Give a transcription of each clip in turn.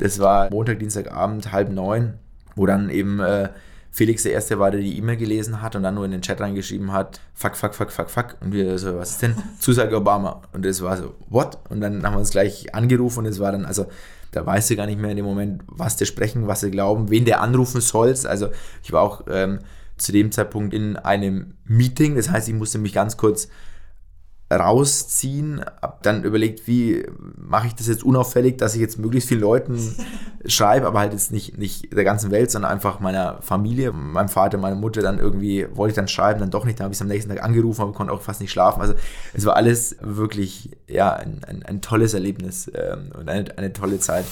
Das war Montag, Dienstagabend, 8:30, wo dann eben Felix der Erste war, der die E-Mail gelesen hat und dann nur in den Chat reingeschrieben hat, fuck. Und wir so, was ist denn? Zusage Obama. Und das war so, what? Und dann haben wir uns gleich angerufen und es war dann, also da weißt du gar nicht mehr in dem Moment, was die sprechen, was sie glauben, wen der anrufen sollst. Also ich war auch zu dem Zeitpunkt in einem Meeting, das heißt, ich musste mich ganz kurz rausziehen, habe dann überlegt, wie mache ich das jetzt unauffällig, dass ich jetzt möglichst vielen Leuten schreibe, aber halt jetzt nicht der ganzen Welt, sondern einfach meiner Familie, meinem Vater, meiner Mutter, dann irgendwie wollte ich dann schreiben, dann doch nicht, dann habe ich es am nächsten Tag angerufen, aber konnte auch fast nicht schlafen. Also es war alles wirklich ein tolles Erlebnis und eine tolle Zeit.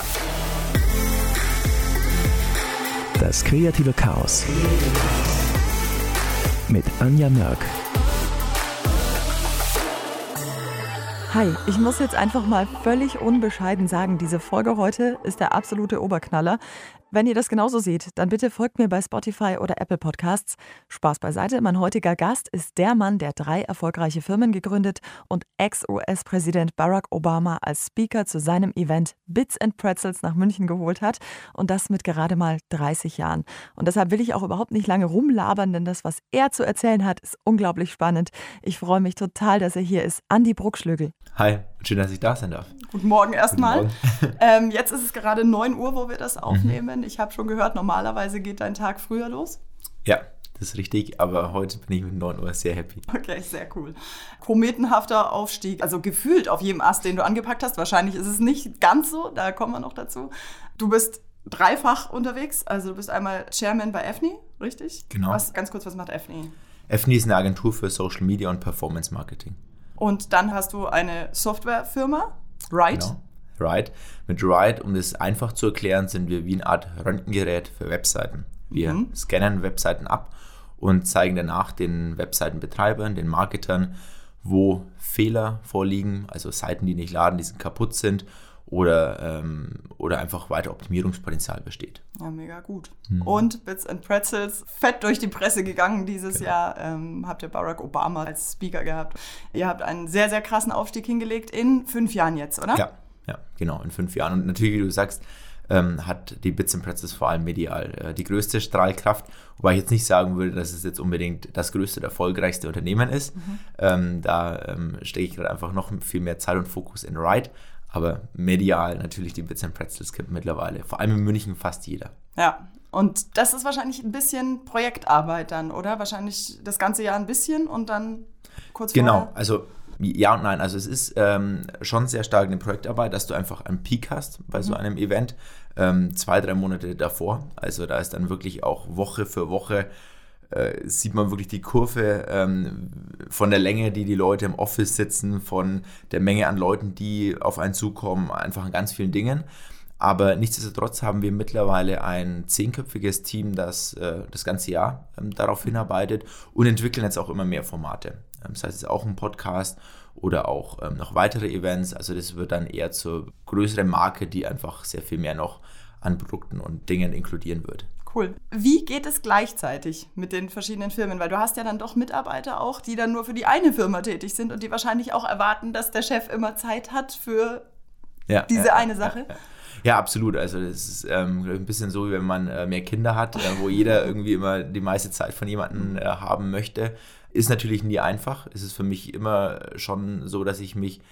Das kreative Chaos mit Anja Mörk. Hi, ich muss jetzt einfach mal völlig unbescheiden sagen, diese Folge heute ist der absolute Oberknaller. Wenn ihr das genauso seht, dann bitte folgt mir bei Spotify oder Apple Podcasts. Spaß beiseite, mein heutiger Gast ist der Mann, der 3 erfolgreiche Firmen gegründet und Ex-US-Präsident Barack Obama als Speaker zu seinem Event Bits and Pretzels nach München geholt hat und das mit gerade mal 30 Jahren. Und deshalb will ich auch überhaupt nicht lange rumlabern, denn das, was er zu erzählen hat, ist unglaublich spannend. Ich freue mich total, dass er hier ist. Andi Bruckschlögl. Hi, schön, dass ich da sein darf. Guten Morgen erstmal. Jetzt ist es gerade 9 Uhr, wo wir das aufnehmen. Ich habe schon gehört, normalerweise geht dein Tag früher los. Ja, das ist richtig, aber heute bin ich mit 9 Uhr sehr happy. Okay, sehr cool. Kometenhafter Aufstieg, also gefühlt auf jedem Ast, den du angepackt hast. Wahrscheinlich ist es nicht ganz so, da kommen wir noch dazu. Du bist dreifach unterwegs, also du bist einmal Chairman bei Effni, richtig? Genau. Ganz kurz, was macht Effni? Effni ist eine Agentur für Social Media und Performance Marketing. Und dann hast du eine Softwarefirma, Right? Genau, Right. Mit Right, um das einfach zu erklären, sind wir wie eine Art Röntgengerät für Webseiten. Wir scannen Webseiten ab und zeigen danach den Webseitenbetreibern, den Marketern, wo Fehler vorliegen, also Seiten, die nicht laden, die kaputt sind oder einfach weiter Optimierungspotenzial besteht. Ja, mega gut. Und Bits and Pretzels, fett durch die Presse gegangen dieses Jahr, habt ihr Barack Obama als Speaker gehabt. Ihr habt einen sehr, sehr krassen Aufstieg hingelegt in 5 Jahren jetzt, oder? Ja, genau, in 5 Jahren. Und natürlich, wie du sagst, hat die Bits and Pretzels vor allem medial die größte Strahlkraft, wobei ich jetzt nicht sagen würde, dass es jetzt unbedingt das größte und erfolgreichste Unternehmen ist. Da stecke ich gerade einfach noch viel mehr Zeit und Fokus in Right. Aber medial natürlich die Bits and Pretzels kennt mittlerweile, vor allem in München fast jeder. Ja, und das ist wahrscheinlich ein bisschen Projektarbeit dann, oder? Wahrscheinlich das ganze Jahr ein bisschen und dann kurz vorher? Genau, also ja und nein. Also es ist schon sehr stark eine Projektarbeit, dass du einfach einen Peak hast bei so einem Event, 2-3 Monate davor. Also da ist dann wirklich auch Woche für Woche sieht man wirklich die Kurve von der Länge, die Leute im Office sitzen, von der Menge an Leuten, die auf einen zukommen, einfach an ganz vielen Dingen. Aber nichtsdestotrotz haben wir mittlerweile ein 10-köpfiges Team, das das ganze Jahr darauf hinarbeitet und entwickeln jetzt auch immer mehr Formate. Das heißt, es ist auch ein Podcast oder auch noch weitere Events. Also das wird dann eher zur größeren Marke, die einfach sehr viel mehr noch an Produkten und Dingen inkludieren wird. Cool. Wie geht es gleichzeitig mit den verschiedenen Firmen? Weil du hast ja dann doch Mitarbeiter auch, die dann nur für die eine Firma tätig sind und die wahrscheinlich auch erwarten, dass der Chef immer Zeit hat für diese eine Sache. Ja, absolut. Also das ist ein bisschen so, wie wenn man mehr Kinder hat, wo jeder irgendwie immer die meiste Zeit von jemandem haben möchte. Ist natürlich nie einfach. Es ist für mich immer schon so, dass ich mich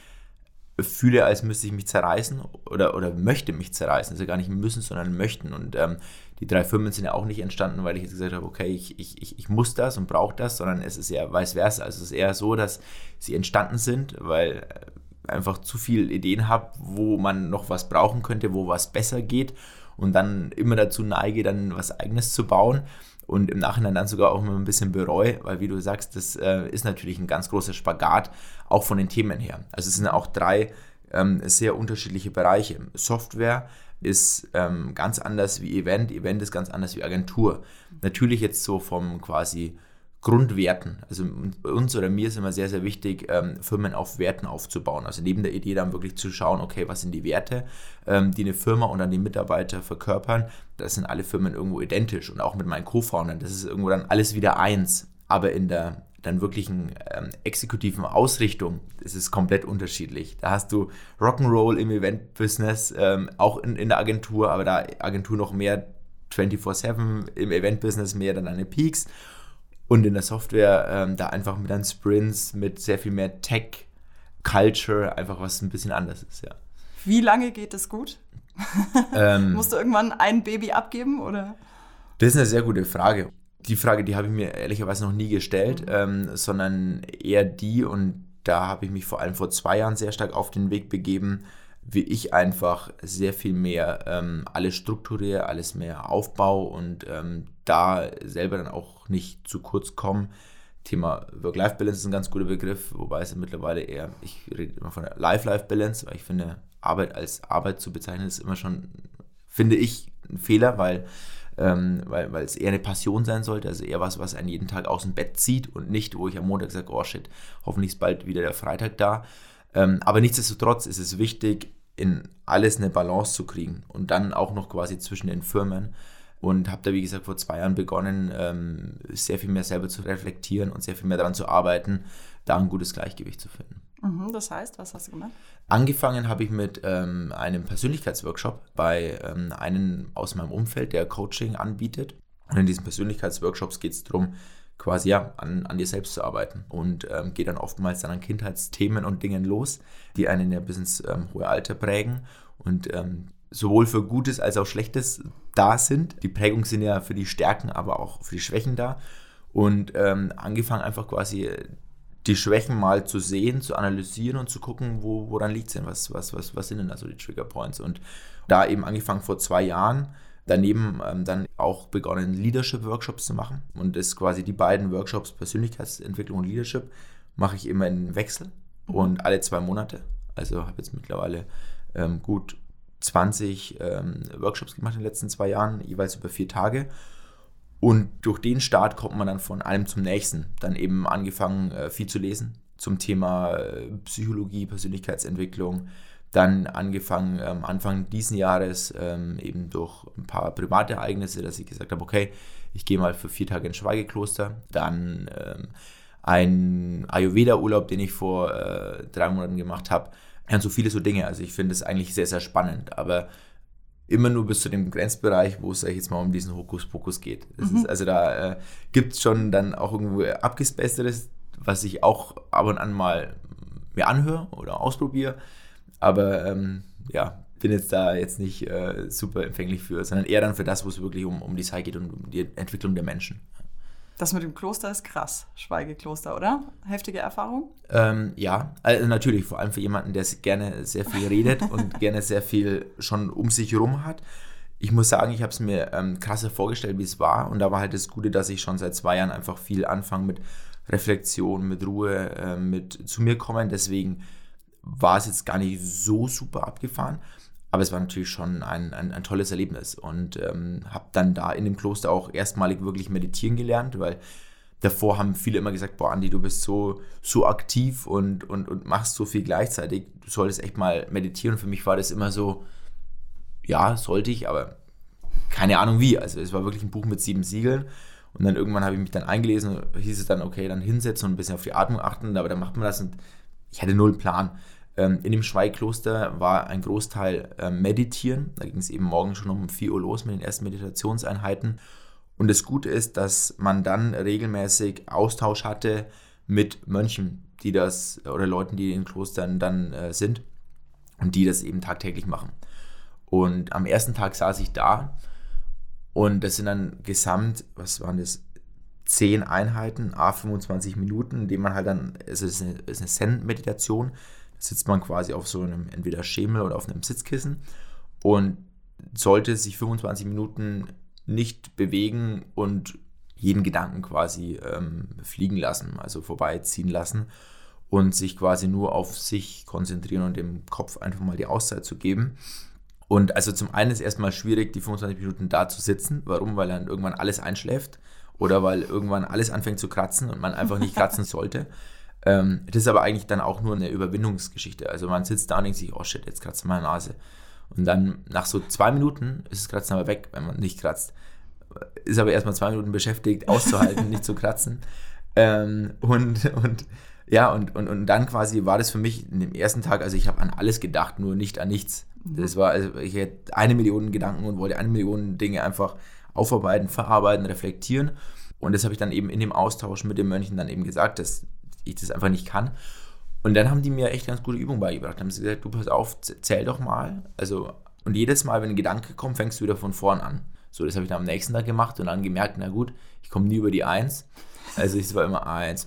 fühle, als müsste ich mich zerreißen oder möchte mich zerreißen. Also gar nicht müssen, sondern möchten. Und die 3 Firmen sind ja auch nicht entstanden, weil ich jetzt gesagt habe, okay, ich muss das und brauche das, sondern es ist eher vice versa. Also es ist eher so, dass sie entstanden sind, weil einfach zu viele Ideen habe, wo man noch was brauchen könnte, wo was besser geht und dann immer dazu neige, dann was Eigenes zu bauen und im Nachhinein dann sogar auch immer ein bisschen bereue, weil wie du sagst, das ist natürlich ein ganz großer Spagat, auch von den Themen her. Also es sind auch 3 sehr unterschiedliche Bereiche. Software ist ganz anders wie Event ist ganz anders wie Agentur. Natürlich jetzt so vom quasi Grundwerten. Also uns oder mir ist immer sehr, sehr wichtig, Firmen auf Werten aufzubauen. Also neben der Idee dann wirklich zu schauen, okay, was sind die Werte, die eine Firma und dann die Mitarbeiter verkörpern. Das sind alle Firmen irgendwo identisch und auch mit meinen Co-Foundern. Das ist irgendwo dann alles wieder eins. Aber in der dann wirklichen exekutiven Ausrichtung, das ist komplett unterschiedlich. Da hast du Rock'n'Roll im Event-Business, auch in der Agentur, aber da Agentur noch mehr 24/7, im Event-Business mehr dann deine Peaks und in der Software da einfach mit deinen Sprints, mit sehr viel mehr Tech-Culture, einfach was ein bisschen anders ist, ja. Wie lange geht es gut? Musst du irgendwann ein Baby abgeben, oder? Das ist eine sehr gute Frage. Die Frage, die habe ich mir ehrlicherweise noch nie gestellt, sondern eher die, und da habe ich mich vor allem vor 2 Jahren sehr stark auf den Weg begeben, wie ich einfach sehr viel mehr alles strukturiere, alles mehr aufbaue und da selber dann auch nicht zu kurz komme. Thema Work-Life-Balance ist ein ganz guter Begriff, wobei es mittlerweile eher, ich rede immer von der Life-Life-Balance, weil ich finde, Arbeit als Arbeit zu bezeichnen, ist immer schon, finde ich, ein Fehler, weil es eher eine Passion sein sollte, also eher was einen jeden Tag aus dem Bett zieht und nicht, wo ich am Montag sage, oh shit, hoffentlich ist bald wieder der Freitag da. Aber nichtsdestotrotz ist es wichtig, in alles eine Balance zu kriegen und dann auch noch quasi zwischen den Firmen. Und habe da, wie gesagt, vor 2 Jahren begonnen, sehr viel mehr selber zu reflektieren und sehr viel mehr daran zu arbeiten, da ein gutes Gleichgewicht zu finden. Das heißt, was hast du gemacht? Angefangen habe ich mit einem Persönlichkeitsworkshop bei einem aus meinem Umfeld, der Coaching anbietet. Und in diesen Persönlichkeitsworkshops geht es darum, quasi an dir selbst zu arbeiten und geht dann oftmals dann an Kindheitsthemen und Dingen los, die einen ja bis ins hohe Alter prägen und sowohl für Gutes als auch Schlechtes da sind. Die Prägungen sind ja für die Stärken, aber auch für die Schwächen da. Und angefangen einfach quasi die Schwächen mal zu sehen, zu analysieren und zu gucken, woran liegt es denn, was sind denn da so die Trigger Points. Und da eben angefangen vor 2 Jahren, daneben dann auch begonnen, Leadership-Workshops zu machen. Und das quasi die beiden Workshops, Persönlichkeitsentwicklung und Leadership, mache ich immer in Wechsel und alle 2 Monate. Also habe jetzt mittlerweile gut 20 Workshops gemacht in den letzten 2 Jahren, jeweils über 4 Tage. Und durch den Start kommt man dann von einem zum nächsten. Dann eben angefangen, viel zu lesen zum Thema Psychologie, Persönlichkeitsentwicklung. Dann angefangen, Anfang diesen Jahres eben durch ein paar private Ereignisse, dass ich gesagt habe, okay, ich gehe mal für 4 Tage ins Schweigekloster. Dann ein Ayurveda-Urlaub, den ich vor 3 Monaten gemacht habe. Und so viele so Dinge. Also ich finde es eigentlich sehr, sehr spannend. Aber immer nur bis zu dem Grenzbereich, wo es jetzt mal um diesen Hokuspokus geht. Das ist, also da gibt es schon dann auch irgendwo abgespaceteres, was ich auch ab und an mal mir anhöre oder ausprobiere. Aber bin jetzt da jetzt nicht super empfänglich für, sondern eher dann für das, wo es wirklich um die Zeit geht und um die Entwicklung der Menschen. Das mit dem Kloster ist krass, Schweigekloster, oder? Heftige Erfahrung? Ja, also natürlich, vor allem für jemanden, der gerne sehr viel redet und gerne sehr viel schon um sich herum hat. Ich muss sagen, ich habe es mir krasser vorgestellt, wie es war. Und da war halt das Gute, dass ich schon seit 2 Jahren einfach viel anfange mit Reflexion, mit Ruhe, mit zu mir kommen. Deswegen war es jetzt gar nicht so super abgefahren. Aber es war natürlich schon ein tolles Erlebnis und habe dann da in dem Kloster auch erstmalig wirklich meditieren gelernt, weil davor haben viele immer gesagt, boah Andi, du bist so aktiv und machst so viel gleichzeitig, du solltest echt mal meditieren. Und für mich war das immer so, ja, sollte ich, aber keine Ahnung wie. Also es war wirklich ein Buch mit 7 Siegeln und dann irgendwann habe ich mich dann eingelesen und hieß es dann, okay, dann hinsetzen und ein bisschen auf die Atmung achten, aber dann macht man das und ich hatte 0 Plan. In dem Schweigekloster war ein Großteil Meditieren. Da ging es eben morgen schon um 4 Uhr los mit den ersten Meditationseinheiten. Und das Gute ist, dass man dann regelmäßig Austausch hatte mit Mönchen, die das, oder Leuten, die in Klostern dann sind und die das eben tagtäglich machen. Und am ersten Tag saß ich da und das sind dann gesamt, was waren das, 10 Einheiten, 25 Minuten, in denen man halt dann, es ist eine Zen-Meditation, sitzt man quasi auf so einem entweder Schemel oder auf einem Sitzkissen und sollte sich 25 Minuten nicht bewegen und jeden Gedanken quasi fliegen lassen, also vorbeiziehen lassen und sich quasi nur auf sich konzentrieren und dem Kopf einfach mal die Auszeit zu geben. Und also zum einen ist erstmal schwierig, die 25 Minuten da zu sitzen. Warum? Weil dann irgendwann alles einschläft oder weil irgendwann alles anfängt zu kratzen und man einfach nicht kratzen sollte. Das ist aber eigentlich dann auch nur eine Überwindungsgeschichte. Also man sitzt da und denkt sich, oh shit, jetzt kratzt meine Nase. Und dann nach so 2 Minuten ist das Kratzen aber weg, wenn man nicht kratzt. Ist aber erstmal 2 Minuten beschäftigt, auszuhalten, nicht zu kratzen. Und dann quasi war das für mich in dem ersten Tag, also ich habe an alles gedacht, nur nicht an nichts. Das war, also ich hätte 1 Million Gedanken und wollte 1 Million Dinge einfach aufarbeiten, verarbeiten, reflektieren. Und das habe ich dann eben in dem Austausch mit den Mönchen dann eben gesagt, dass ich das einfach nicht kann. Und dann haben die mir echt ganz gute Übungen beigebracht. Dann haben sie gesagt, du pass auf, zähl doch mal. Also, und jedes Mal, wenn ein Gedanke kommt, fängst du wieder von vorn an. So, das habe ich dann am nächsten Tag gemacht und dann gemerkt, na gut, ich komme nie über die 1. Also es war immer 1.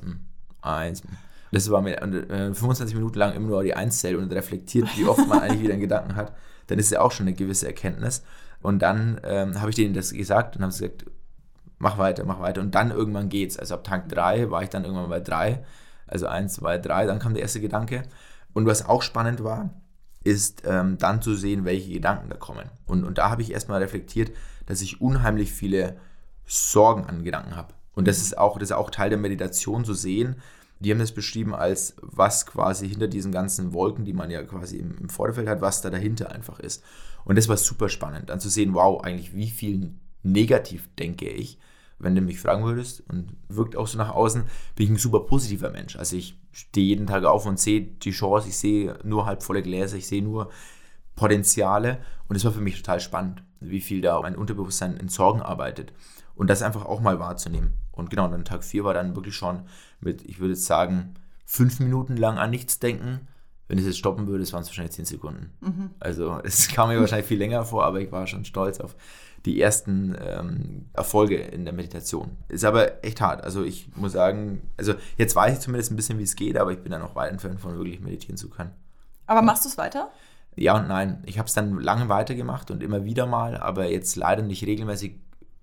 Das war mir 25 Minuten lang immer nur die 1 zählt und reflektiert, wie oft man eigentlich wieder einen Gedanken hat. Dann ist ja auch schon eine gewisse Erkenntnis. Und dann habe ich denen das gesagt und haben sie gesagt, mach weiter. Und dann irgendwann geht's. Also ab Tag 3 war ich dann irgendwann bei 3. Also 1, 2, 3, dann kam der erste Gedanke. Und was auch spannend war, ist dann zu sehen, welche Gedanken da kommen. Und da habe ich erstmal reflektiert, dass ich unheimlich viele Sorgen an Gedanken habe. Und das ist auch Teil der Meditation zu sehen. Die haben das beschrieben als was quasi hinter diesen ganzen Wolken, die man ja quasi im Vorderfeld hat, was da dahinter einfach ist. Und das war super spannend, dann zu sehen, wow, eigentlich wie viel negativ denke ich. Wenn du mich fragen würdest und wirkt auch so nach außen, bin ich ein super positiver Mensch. Also ich stehe jeden Tag auf und sehe die Chance, ich sehe nur halb volle Gläser, ich sehe nur Potenziale und es war für mich total spannend, wie viel da mein Unterbewusstsein in Sorgen arbeitet und das einfach auch mal wahrzunehmen. Und genau, dann Tag 4 war dann wirklich schon mit, ich würde jetzt sagen, 5 Minuten lang an nichts denken. Wenn ich es jetzt stoppen würde, waren es wahrscheinlich 10 Sekunden. Also es kam mir wahrscheinlich viel länger vor, aber ich war schon stolz auf die ersten Erfolge in der Meditation. Ist aber echt hart. Also ich muss sagen, also jetzt weiß ich zumindest ein bisschen, wie es geht, aber ich bin dann noch weit entfernt von wirklich meditieren zu können. Aber machst du es weiter? Ja und nein. Ich habe es dann lange weitergemacht und immer wieder mal, aber jetzt leider nicht regelmäßig.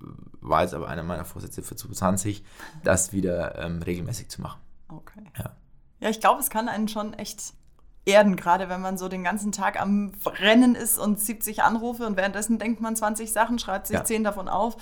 War jetzt aber einer meiner Vorsätze für 2020, das wieder regelmäßig zu machen. Okay. Ja, ich glaube, es kann einen schon echt erden, gerade wenn man so den ganzen Tag am Rennen ist und 70 Anrufe und währenddessen denkt man 20 Sachen, schreibt sich 10 davon auf,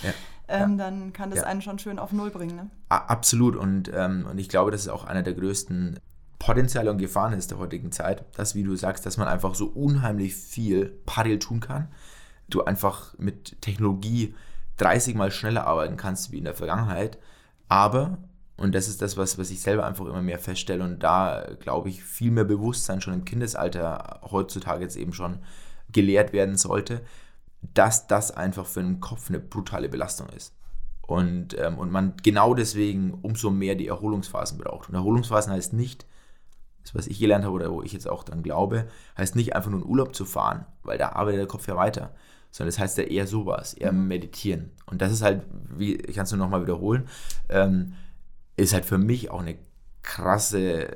dann kann das einen schon schön auf Null bringen. Ne? Absolut und ich glaube, das ist auch einer der größten Potenziale und Gefahren ist der heutigen Zeit, dass, wie du sagst, dass man einfach so unheimlich viel parallel tun kann. Du einfach mit Technologie 30 Mal schneller arbeiten kannst wie in der Vergangenheit, aber, und das ist das, was ich selber einfach immer mehr feststelle und da, glaube ich, viel mehr Bewusstsein schon im Kindesalter heutzutage jetzt eben schon gelehrt werden sollte, dass das einfach für den Kopf eine brutale Belastung ist. Und man genau deswegen umso mehr die Erholungsphasen braucht. Und Erholungsphasen heißt nicht, das, was ich gelernt habe oder wo ich jetzt auch dran glaube, heißt nicht einfach nur in Urlaub zu fahren, weil da arbeitet der Kopf ja weiter. Sondern das heißt ja eher sowas, eher meditieren. Und das ist halt, ich kann es nur nochmal wiederholen, ist halt für mich auch eine krass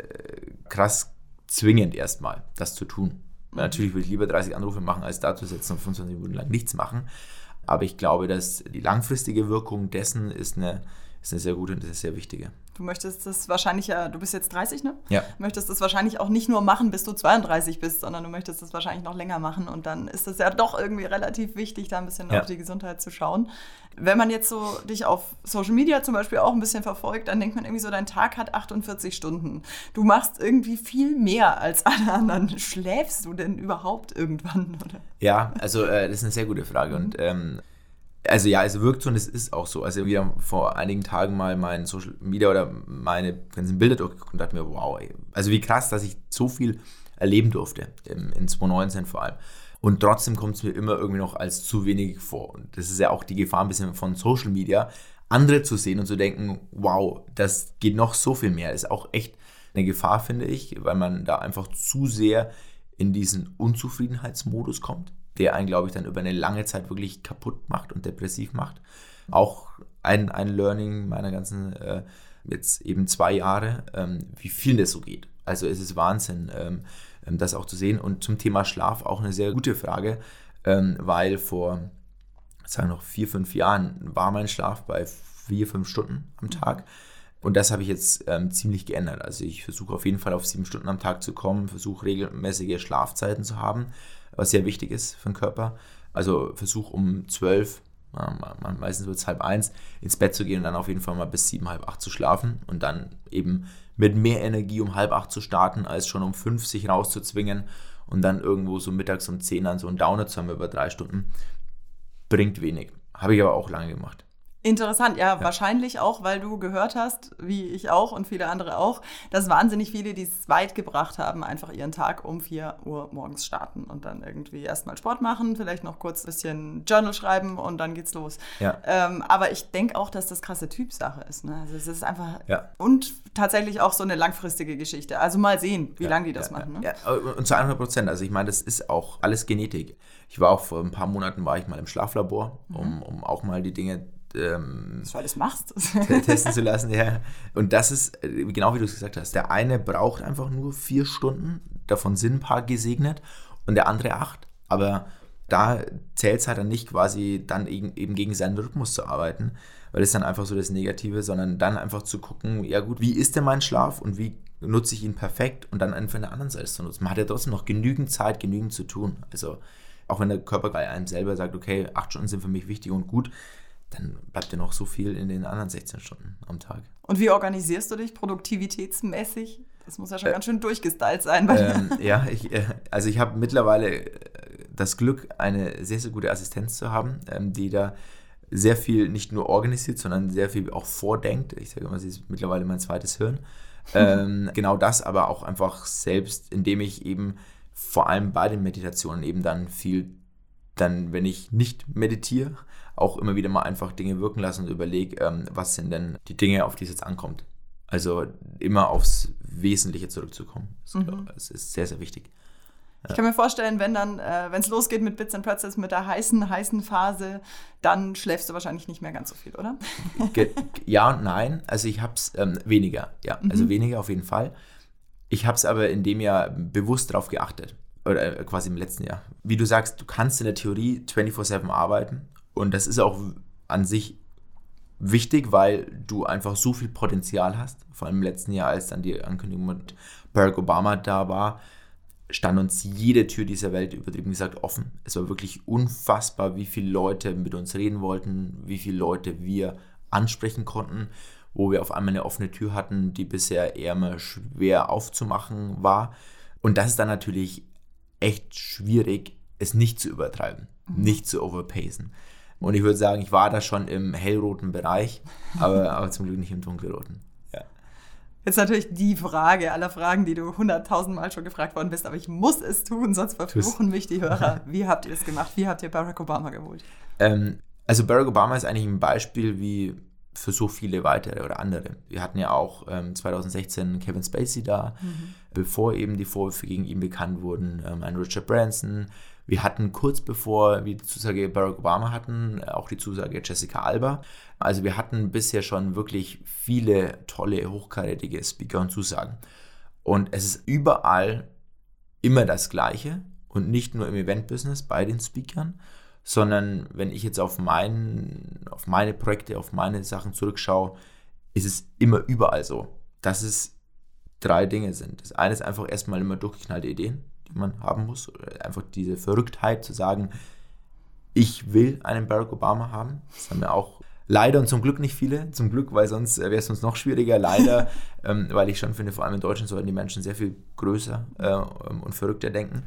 zwingend erstmal, das zu tun. Weil natürlich würde ich lieber 30 Anrufe machen, als da zu sitzen und 25 Minuten lang nichts machen. Aber ich glaube, dass die langfristige Wirkung dessen ist eine sehr gute und das ist sehr wichtige. Du möchtest das wahrscheinlich du bist jetzt 30, ne? Ja. Du möchtest das wahrscheinlich auch nicht nur machen, bis du 32 bist, sondern du möchtest das wahrscheinlich noch länger machen und dann ist das ja doch irgendwie relativ wichtig, da ein bisschen auf die Gesundheit zu schauen. Wenn man jetzt so dich auf Social Media zum Beispiel auch ein bisschen verfolgt, dann denkt man irgendwie so, dein Tag hat 48 Stunden. Du machst irgendwie viel mehr als alle anderen. Schläfst du denn überhaupt irgendwann, oder? Ja, also das ist eine sehr gute Frage und also ja, es wirkt so und es ist auch so. Also wir haben vor einigen Tagen mal mein Social Media oder meine ganzen Bilder durchgeguckt und dachte mir, wow, ey, also wie krass, dass ich so viel erleben durfte, in 2019 vor allem. Und trotzdem kommt es mir immer irgendwie noch als zu wenig vor. Und das ist ja auch die Gefahr ein bisschen von Social Media, andere zu sehen und zu denken, wow, das geht noch so viel mehr. Ist auch echt eine Gefahr, finde ich, weil man da einfach zu sehr in diesen Unzufriedenheitsmodus kommt, der einen, glaube ich, dann über eine lange Zeit wirklich kaputt macht und depressiv macht. Auch ein Learning meiner ganzen, jetzt eben 2 Jahre, wie viel das so geht. Also es ist Wahnsinn, das auch zu sehen. Und zum Thema Schlaf auch eine sehr gute Frage, weil vor, sagen wir noch 4-5 Jahren war mein Schlaf bei 4-5 Stunden am Tag. Und das habe ich jetzt ziemlich geändert. Also ich versuche auf jeden Fall auf 7 Stunden am Tag zu kommen, versuche regelmäßige Schlafzeiten zu haben, was sehr wichtig ist für den Körper. Also versuche um 12, meistens wird es 12:30, ins Bett zu gehen und dann auf jeden Fall mal bis 7, halb 8 zu schlafen und dann eben mit mehr Energie um 7:30 zu starten, als schon um 5 sich rauszuzwingen und dann irgendwo so mittags um 10 dann so einen Downer zu haben über 3 Stunden, bringt wenig. Habe ich aber auch lange gemacht. Interessant, ja, wahrscheinlich auch, weil du gehört hast, wie ich auch und viele andere auch, dass wahnsinnig viele, die es weit gebracht haben, einfach ihren Tag um 4 Uhr morgens starten und dann irgendwie erstmal Sport machen, vielleicht noch kurz ein bisschen Journal schreiben und dann geht's los. Ja. Aber ich denke auch, dass das krasse Typsache ist. Ne? Also es ist einfach und tatsächlich auch so eine langfristige Geschichte. Also mal sehen, wie lange die das machen. Ne? Ja, und zu 100%. Also ich meine, das ist auch alles Genetik. Ich war auch vor ein paar Monaten mal im Schlaflabor, um auch mal die Dinge was du alles machst. testen zu lassen, ja. Und das ist, genau wie du es gesagt hast, der eine braucht einfach nur 4 Stunden, davon sind ein paar gesegnet und der andere 8. Aber da zählt es halt dann nicht quasi dann eben gegen seinen Rhythmus zu arbeiten, weil das ist dann einfach so das Negative, sondern dann einfach zu gucken, ja gut, wie ist denn mein Schlaf und wie nutze ich ihn perfekt und dann einfach in der anderen Seite zu nutzen. Man hat ja trotzdem noch genügend Zeit, genügend zu tun. Also auch wenn der Körper bei einem selber sagt, okay, 8 Stunden sind für mich wichtig und gut, dann bleibt ja noch so viel in den anderen 16 Stunden am Tag. Und wie organisierst du dich produktivitätsmäßig? Das muss ja schon ganz schön durchgestylt sein bei dir. Ja, ich habe mittlerweile das Glück, eine sehr, sehr gute Assistenz zu haben, die da sehr viel nicht nur organisiert, sondern sehr viel auch vordenkt. Ich sage immer, sie ist mittlerweile mein zweites Hirn. Genau das, aber auch einfach selbst, indem ich eben vor allem bei den Meditationen eben dann wenn ich nicht meditiere, auch immer wieder mal einfach Dinge wirken lassen und überlege, was sind denn die Dinge, auf die es jetzt ankommt. Also immer aufs Wesentliche zurückzukommen. Das ist sehr, sehr wichtig. Ja. Ich kann mir vorstellen, wenn es losgeht mit Bits and Pretzels, mit der heißen Phase, dann schläfst du wahrscheinlich nicht mehr ganz so viel, oder? Ja und nein. Also ich habe es weniger. Ja, also weniger auf jeden Fall. Ich habe es aber in dem Jahr bewusst darauf geachtet. Oder quasi im letzten Jahr. Wie du sagst, du kannst in der Theorie 24/7 arbeiten. Und das ist auch an sich wichtig, weil du einfach so viel Potenzial hast. Vor allem im letzten Jahr, als dann die Ankündigung mit Barack Obama da war, stand uns jede Tür dieser Welt, übertrieben gesagt, offen. Es war wirklich unfassbar, wie viele Leute mit uns reden wollten, wie viele Leute wir ansprechen konnten, wo wir auf einmal eine offene Tür hatten, die bisher eher mal schwer aufzumachen war. Und das ist dann natürlich echt schwierig, es nicht zu übertreiben, nicht zu overpacen. Und ich würde sagen, ich war da schon im hellroten Bereich, aber zum Glück nicht im dunkelroten. Ja. Jetzt natürlich die Frage aller Fragen, die du 100.000 Mal schon gefragt worden bist, aber ich muss es tun, sonst verfluchen mich die Hörer. Wie habt ihr das gemacht? Wie habt ihr Barack Obama geholt? Also Barack Obama ist eigentlich ein Beispiel wie für so viele weitere oder andere. Wir hatten ja auch 2016 Kevin Spacey da, bevor eben die Vorwürfe gegen ihn bekannt wurden, einen Richard Branson. Wir hatten kurz bevor wir die Zusage Barack Obama hatten, auch die Zusage Jessica Alba. Also wir hatten bisher schon wirklich viele tolle, hochkarätige Speaker und Zusagen. Und es ist überall immer das Gleiche und nicht nur im Event-Business bei den Speakern, sondern wenn ich jetzt auf meine Projekte, auf meine Sachen zurückschaue, ist es immer überall so, dass es 3 Dinge sind. Das eine ist einfach erstmal immer durchgeknallte Ideen, die man haben muss. Oder einfach diese Verrücktheit zu sagen, ich will einen Barack Obama haben. Das haben wir auch leider und zum Glück nicht viele. Zum Glück, weil sonst wäre es uns noch schwieriger. Leider, weil ich schon finde, vor allem in Deutschland sollten die Menschen sehr viel größer und verrückter denken.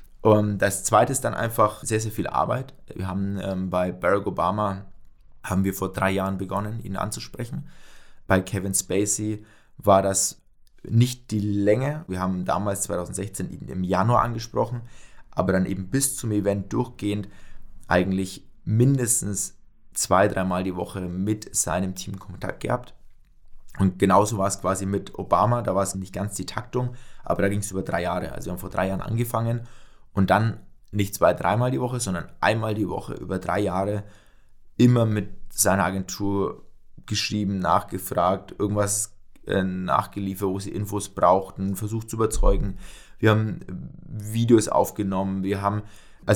Das zweite ist dann einfach sehr, sehr viel Arbeit. Wir haben bei Barack Obama haben wir vor 3 Jahren begonnen, ihn anzusprechen. Bei Kevin Spacey war das nicht die Länge. Wir haben damals 2016 ihn im Januar angesprochen, aber dann eben bis zum Event durchgehend eigentlich mindestens 2-3 Mal die Woche mit seinem Team Kontakt gehabt. Und genauso war es quasi mit Obama. Da war es nicht ganz die Taktung, aber da ging es über 3 Jahre. Also wir haben vor 3 Jahren angefangen und dann nicht 2-3 Mal die Woche, sondern einmal die Woche über 3 Jahre immer mit seiner Agentur geschrieben, nachgefragt, irgendwas nachgeliefert, wo sie Infos brauchten, versucht zu überzeugen. Wir haben Videos aufgenommen, wir haben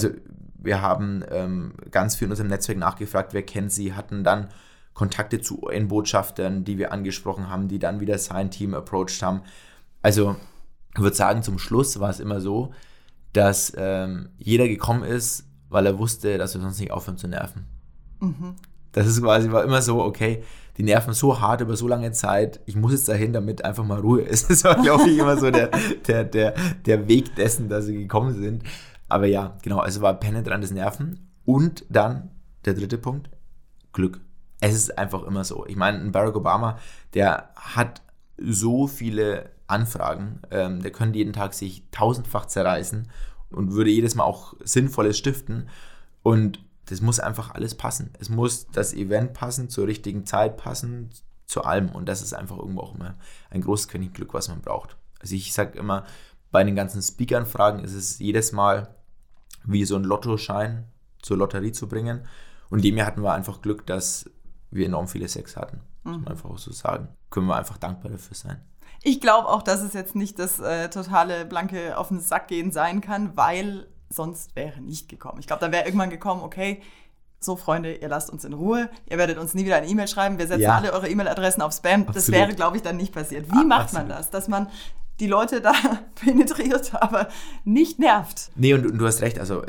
ganz viel in unserem Netzwerk nachgefragt, wer kennt sie, hatten dann Kontakte zu UN-Botschaftern, die wir angesprochen haben, die dann wieder sein Team approached haben. Also ich würde sagen, zum Schluss war es immer so, dass jeder gekommen ist, weil er wusste, dass wir sonst nicht aufhören zu nerven. Das ist quasi, war immer so, okay, die nerven so hart über so lange Zeit, ich muss jetzt dahin, damit einfach mal Ruhe ist. Das war, glaube ich, immer so der Weg dessen, dass sie gekommen sind. Aber ja, genau, also war penetrantes Nerven. Und dann der dritte Punkt, Glück. Es ist einfach immer so. Ich meine, ein Barack Obama, der hat so viele Anfragen, der könnte jeden Tag sich tausendfach zerreißen und würde jedes Mal auch Sinnvolles stiften. Und das muss einfach alles passen. Es muss das Event passen, zur richtigen Zeit passen, zu allem. Und das ist einfach irgendwo auch immer ein großes Glück, was man braucht. Also ich sage immer, bei den ganzen Speaker-Anfragen ist es jedes Mal wie so ein Lottoschein zur Lotterie zu bringen. Und dem Jahr hatten wir einfach Glück, dass wir enorm viele Sex hatten. Muss man einfach auch so sagen. Können wir einfach dankbar dafür sein. Ich glaube auch, dass es jetzt nicht das totale blanke auf den Sack gehen sein kann, weil sonst wäre nicht gekommen. Ich glaube, dann wäre irgendwann gekommen, okay, so Freunde, ihr lasst uns in Ruhe, ihr werdet uns nie wieder eine E-Mail schreiben, wir setzen alle eure E-Mail-Adressen auf Spam. Absolut. Das wäre, glaube ich, dann nicht passiert. Wie macht man das, dass man die Leute da penetriert, aber nicht nervt? Nee, und du hast recht, also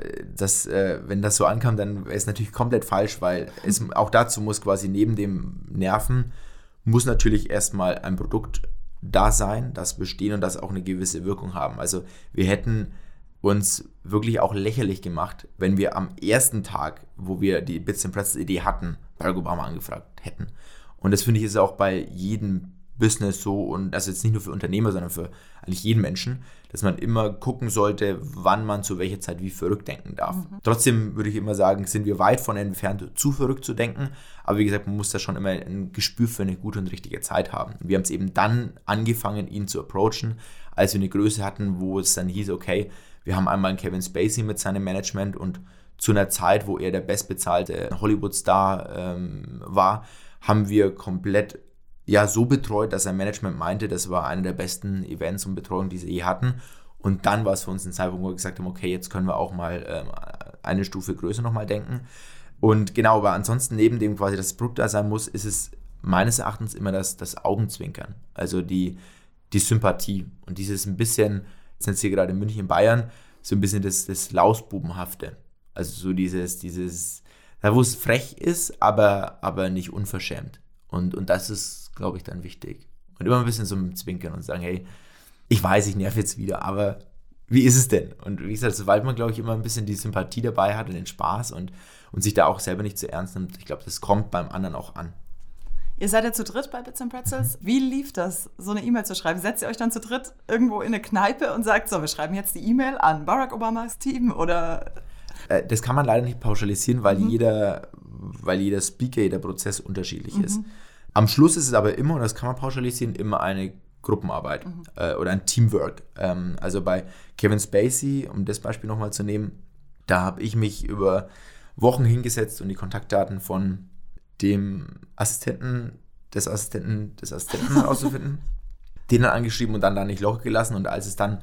wenn das so ankam, dann wäre es natürlich komplett falsch, weil es auch dazu muss quasi neben dem Nerven, muss natürlich erstmal ein Produkt da sein, das bestehen und das auch eine gewisse Wirkung haben. Also wir hätten uns wirklich auch lächerlich gemacht, wenn wir am ersten Tag, wo wir die Bits and Pretzels Idee hatten, Barack Obama angefragt hätten. Und das finde ich ist auch bei jedem Business so, und also jetzt nicht nur für Unternehmer, sondern für eigentlich jeden Menschen, dass man immer gucken sollte, wann man zu welcher Zeit wie verrückt denken darf. Trotzdem würde ich immer sagen, sind wir weit von entfernt, zu verrückt zu denken, aber wie gesagt, man muss da schon immer ein Gespür für eine gute und richtige Zeit haben. Wir haben es eben dann angefangen, ihn zu approachen, als wir eine Größe hatten, wo es dann hieß, okay, wir haben einmal einen Kevin Spacey mit seinem Management, und zu einer Zeit, wo er der bestbezahlte Hollywood-Star war, haben wir komplett so betreut, dass sein Management meinte, das war einer der besten Events und Betreuungen, die sie je hatten. Und dann war es für uns ein Zeitpunkt, wo wir gesagt haben, okay, jetzt können wir auch mal eine Stufe größer nochmal denken. Und genau, aber ansonsten neben dem quasi das Produkt da sein muss, ist es meines Erachtens immer das Augenzwinkern. Also die Sympathie und dieses ein bisschen, jetzt sind hier gerade in München, Bayern, so ein bisschen das Lausbubenhafte. Also so dieses, da wo es frech ist, aber nicht unverschämt. Und das ist, glaube ich, dann wichtig. Und immer ein bisschen so mit Zwinkern und sagen, hey, ich weiß, ich nerv jetzt wieder, aber wie ist es denn? Und wie gesagt, sobald man, glaube ich, immer ein bisschen die Sympathie dabei hat und den Spaß und sich da auch selber nicht zu ernst nimmt, ich glaube, das kommt beim anderen auch an. Ihr seid ja zu dritt bei Bits and Pretzels. Wie lief das, so eine E-Mail zu schreiben? Setzt ihr euch dann zu dritt irgendwo in eine Kneipe und sagt, so, wir schreiben jetzt die E-Mail an Barack Obamas Team, oder? Das kann man leider nicht pauschalisieren, weil jeder Speaker, jeder Prozess unterschiedlich ist. Am Schluss ist es aber immer, und das kann man pauschalisieren, immer eine Gruppenarbeit oder ein Teamwork. Also bei Kevin Spacey, um das Beispiel nochmal zu nehmen, da habe ich mich über Wochen hingesetzt und die Kontaktdaten von dem Assistenten des Assistenten herauszufinden, den dann angeschrieben und dann da nicht locker gelassen. Und als es dann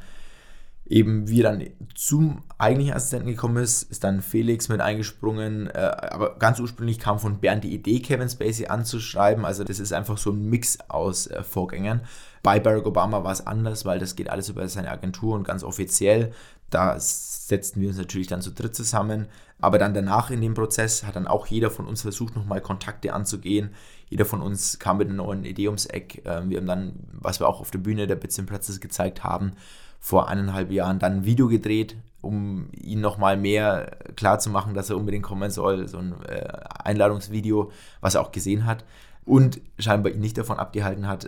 eben wir dann zum eigentlichen Assistenten gekommen ist dann Felix mit eingesprungen, aber ganz ursprünglich kam von Bernd die Idee, Kevin Spacey anzuschreiben, also das ist einfach so ein Mix aus Vorgängern. Bei Barack Obama war es anders, weil das geht alles über seine Agentur und ganz offiziell, da setzten wir uns natürlich dann zu dritt zusammen, aber dann danach in dem Prozess hat dann auch jeder von uns versucht, nochmal Kontakte anzugehen, jeder von uns kam mit einer neuen Idee ums Eck, wir haben dann, was wir auch auf der Bühne der Bits and Pretzels gezeigt haben, vor 1,5 Jahren dann ein Video gedreht, um ihn nochmal mehr klar zu machen, dass er unbedingt kommen soll. So ein Einladungsvideo, was er auch gesehen hat. Und scheinbar ihn nicht davon abgehalten hat,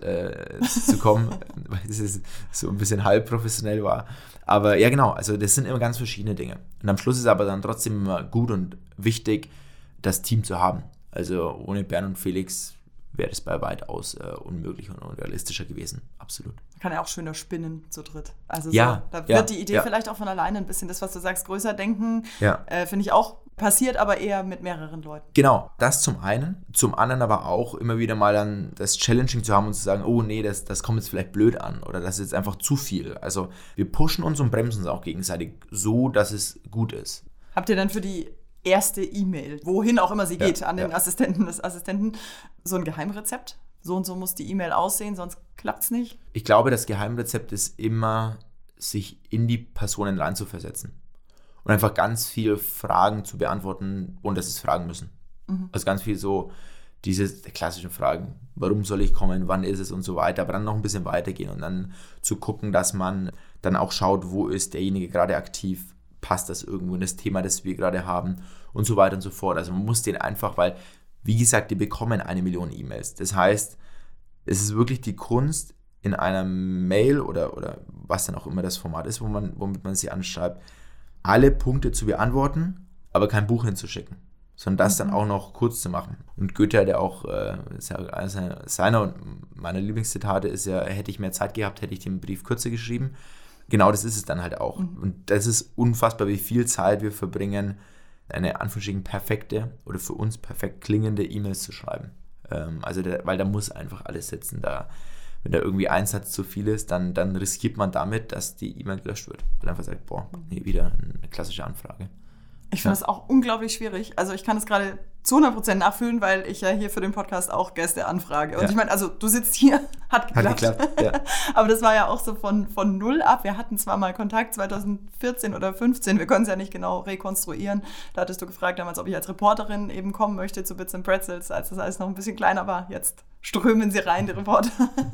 zu kommen, weil es so ein bisschen halb professionell war. Aber ja, genau, also das sind immer ganz verschiedene Dinge. Und am Schluss ist es aber dann trotzdem immer gut und wichtig, das Team zu haben. Also ohne Bernd und Felix wäre es bei weitaus unmöglich und unrealistischer gewesen. Absolut. Man kann ja auch schöner spinnen zu dritt. Also ja, so, da wird die Idee vielleicht auch von alleine ein bisschen, das, was du sagst, größer denken, finde ich auch, passiert aber eher mit mehreren Leuten. Genau, das zum einen. Zum anderen aber auch immer wieder mal dann das Challenging zu haben und zu sagen, oh nee, das kommt jetzt vielleicht blöd an oder das ist jetzt einfach zu viel. Also wir pushen uns und bremsen uns auch gegenseitig so, dass es gut ist. Habt ihr dann für die erste E-Mail, wohin auch immer sie geht, an den Assistenten des Assistenten, so ein Geheimrezept? So und so muss die E-Mail aussehen, sonst klappt es nicht? Ich glaube, das Geheimrezept ist immer, sich in die Personen reinzuversetzen. Und einfach ganz viele Fragen zu beantworten, ohne dass sie es fragen müssen. Also ganz viel so diese klassischen Fragen. Warum soll ich kommen? Wann ist es? Und so weiter. Aber dann noch ein bisschen weitergehen und dann zu gucken, dass man dann auch schaut, wo ist derjenige gerade aktiv? Passt das irgendwo in das Thema, das wir gerade haben? Und so weiter und so fort. Also man muss den einfach, weil wie gesagt, die bekommen 1 Million E-Mails. Das heißt, es ist wirklich die Kunst, in einer Mail oder was dann auch immer das Format ist, womit man sie anschreibt, alle Punkte zu beantworten, aber kein Buch hinzuschicken, sondern das dann auch noch kurz zu machen. Und Goethe hat ja auch, seiner und meiner Lieblingszitate ist ja, hätte ich mehr Zeit gehabt, hätte ich den Brief kürzer geschrieben. Genau das ist es dann halt auch. Und das ist unfassbar, wie viel Zeit wir verbringen, eine Anführungsstrichen perfekte oder für uns perfekt klingende E-Mails zu schreiben. Weil da muss einfach alles sitzen. Wenn da irgendwie ein Satz zu viel ist, dann riskiert man damit, dass die E-Mail gelöscht wird. Weil einfach sagt, wieder eine klassische Anfrage. Ich finde das auch unglaublich schwierig. Also ich kann es gerade zu 100% nachfühlen, weil ich ja hier für den Podcast auch Gäste anfrage. Und ich meine, also du sitzt hier, hat geklappt. Ja. Aber das war ja auch so von null ab. Wir hatten zwar mal Kontakt 2014 oder 2015, wir können es ja nicht genau rekonstruieren. Da hattest du gefragt damals, ob ich als Reporterin eben kommen möchte zu Bits & Pretzels, als das alles noch ein bisschen kleiner war. Jetzt strömen sie rein, die Reporter.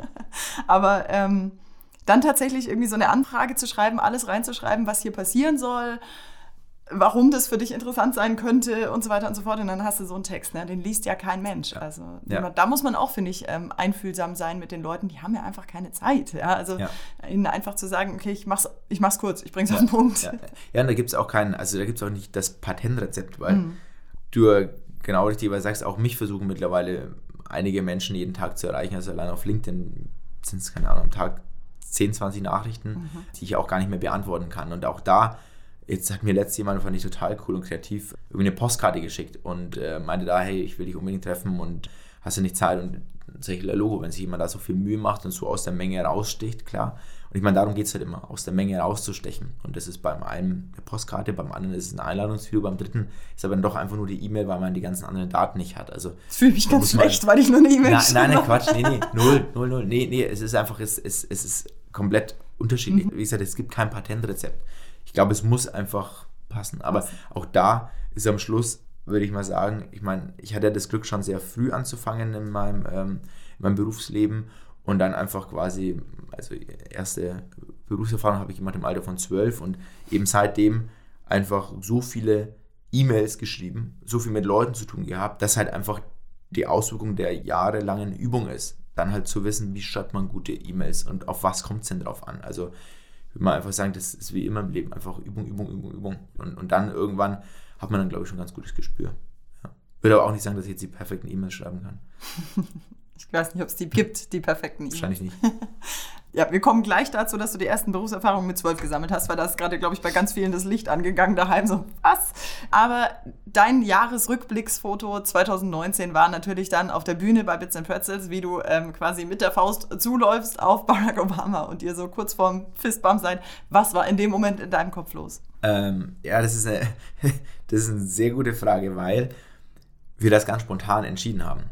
Aber dann tatsächlich irgendwie so eine Anfrage zu schreiben, alles reinzuschreiben, was hier passieren soll, warum das für dich interessant sein könnte und so weiter und so fort. Und dann hast du so einen Text, ne? Den liest ja kein Mensch. Also da muss man auch, finde ich, einfühlsam sein mit den Leuten, die haben ja einfach keine Zeit. Ja? Also ihnen einfach zu sagen, okay, ich mach's kurz, ich bring's auf den Punkt. Ja, und da gibt es auch nicht das Patentrezept, weil du genau richtig, weil du sagst, auch mich versuchen mittlerweile einige Menschen jeden Tag zu erreichen. Also allein auf LinkedIn sind es, keine Ahnung, am Tag 10, 20 Nachrichten, die ich auch gar nicht mehr beantworten kann. Und auch da, jetzt hat mir letztens jemand, fand ich total cool und kreativ, irgendwie eine Postkarte geschickt und meinte da, hey, ich will dich unbedingt treffen und hast du nicht Zeit? Und sag ich, Logo, wenn sich jemand da so viel Mühe macht und so aus der Menge raussticht, klar. Und ich meine, darum geht es halt immer, aus der Menge rauszustechen. Und das ist beim einen eine Postkarte, beim anderen ist es ein Einladungsvideo, beim dritten ist aber dann doch einfach nur die E-Mail, weil man die ganzen anderen Daten nicht hat. Also, ich fühle mich ganz schlecht, weil ich nur eine E-Mail schreibe. Nein, Quatsch, null. Nee, es ist einfach, es ist komplett unterschiedlich. Wie gesagt, es gibt kein Patentrezept. Ich glaube, es muss einfach passen. Aber auch da ist am Schluss, würde ich mal sagen, ich meine, ich hatte das Glück, schon sehr früh anzufangen in meinem Berufsleben und dann einfach quasi, also erste Berufserfahrung habe ich gemacht im Alter von 12 und eben seitdem einfach so viele E-Mails geschrieben, so viel mit Leuten zu tun gehabt, dass halt einfach die Auswirkung der jahrelangen Übung ist. Dann halt zu wissen, wie schreibt man gute E-Mails und auf was kommt es denn drauf an. Also ich würde mal einfach sagen, das ist wie immer im Leben, einfach Übung. Und dann irgendwann hat man dann, glaube ich, schon ein ganz gutes Gespür. Ja. Würde aber auch nicht sagen, dass ich jetzt die perfekten E-Mails schreiben kann. Ich weiß nicht, ob es die gibt, die perfekten E-Mails. Wahrscheinlich nicht. Ja, wir kommen gleich dazu, dass du die ersten Berufserfahrungen mit 12 gesammelt hast, weil da ist gerade, glaube ich, bei ganz vielen das Licht angegangen daheim, so was? Aber dein Jahresrückblicksfoto 2019 war natürlich dann auf der Bühne bei Bits & Pretzels, wie du quasi mit der Faust zuläufst auf Barack Obama und ihr so kurz vorm Fistbump seid. Was war in dem Moment in deinem Kopf los? Das ist eine sehr gute Frage, weil wir das ganz spontan entschieden haben.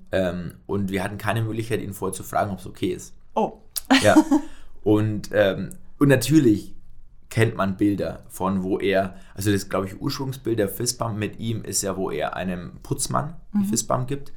Und wir hatten keine Möglichkeit, ihn vorher zu fragen, ob es okay ist. Oh. Ja. Und natürlich kennt man Bilder von, wo er, also das, glaube ich, Ursprungsbild der Fistbump mit ihm ist ja, wo er einem Putzmann die Fistbump gibt,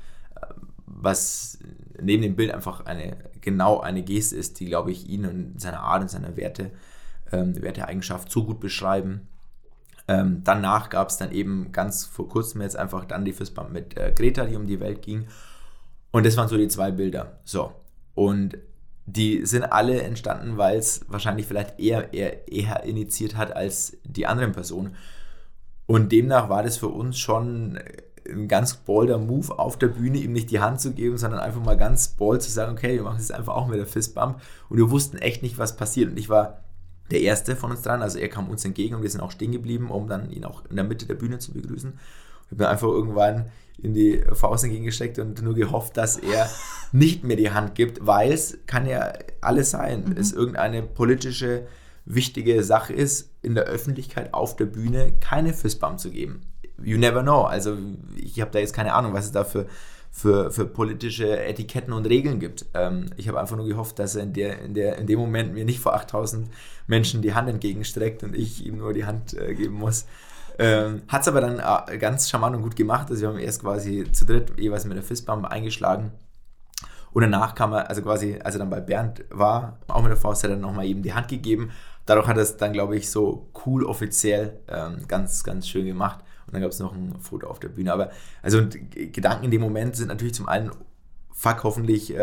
was neben dem Bild einfach eine Geste ist, die, glaube ich, ihn und seine Art und seine Werteeigenschaft so gut beschreiben. Danach gab es dann eben ganz vor kurzem jetzt einfach dann die Fistbump mit Greta, die um die Welt ging. Und das waren so die 2 Bilder. So. Und die sind alle entstanden, weil es wahrscheinlich vielleicht eher initiiert hat als die anderen Personen. Und demnach war das für uns schon ein ganz bolder Move auf der Bühne, ihm nicht die Hand zu geben, sondern einfach mal ganz bold zu sagen, okay, wir machen es einfach auch mit der Fistbump. Und wir wussten echt nicht, was passiert. Und ich war der Erste von uns dran, also er kam uns entgegen und wir sind auch stehen geblieben, um dann ihn auch in der Mitte der Bühne zu begrüßen. Ich habe mir einfach irgendwann in die Faust entgegengesteckt und nur gehofft, dass er nicht mehr die Hand gibt, weil es kann ja alles sein, es irgendeine politische, wichtige Sache ist, in der Öffentlichkeit auf der Bühne keine Fistbump zu geben. You never know. Also ich habe da jetzt keine Ahnung, was es da für politische Etiketten und Regeln gibt. Ich habe einfach nur gehofft, dass er in dem Moment mir nicht vor 8000 Menschen die Hand entgegenstreckt und ich ihm nur die Hand geben muss. Hat es aber dann ganz charmant und gut gemacht. Also wir haben erst quasi zu dritt jeweils mit der Fistbump eingeschlagen. Und danach kam er, also quasi, als er dann bei Bernd war, auch mit der Faust, hat er dann nochmal eben die Hand gegeben. Dadurch hat er es dann, glaube ich, so cool offiziell ganz, ganz schön gemacht. Und dann gab es noch ein Foto auf der Bühne. Aber also Gedanken in dem Moment sind natürlich zum einen, fuck, hoffentlich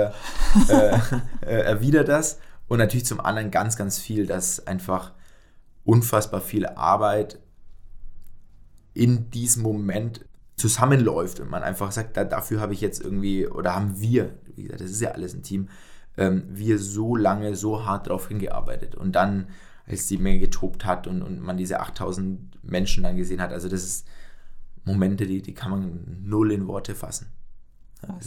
erwidert das. Und natürlich zum anderen ganz, ganz viel, dass einfach unfassbar viel Arbeit in diesem Moment zusammenläuft und man einfach sagt, dafür habe ich jetzt irgendwie, oder haben wir, wie gesagt, das ist ja alles ein Team, wir so lange, so hart drauf hingearbeitet. Und dann, als die Menge getobt hat und man diese 8000 Menschen dann gesehen hat, also das ist Momente, die kann man null in Worte fassen. Ja,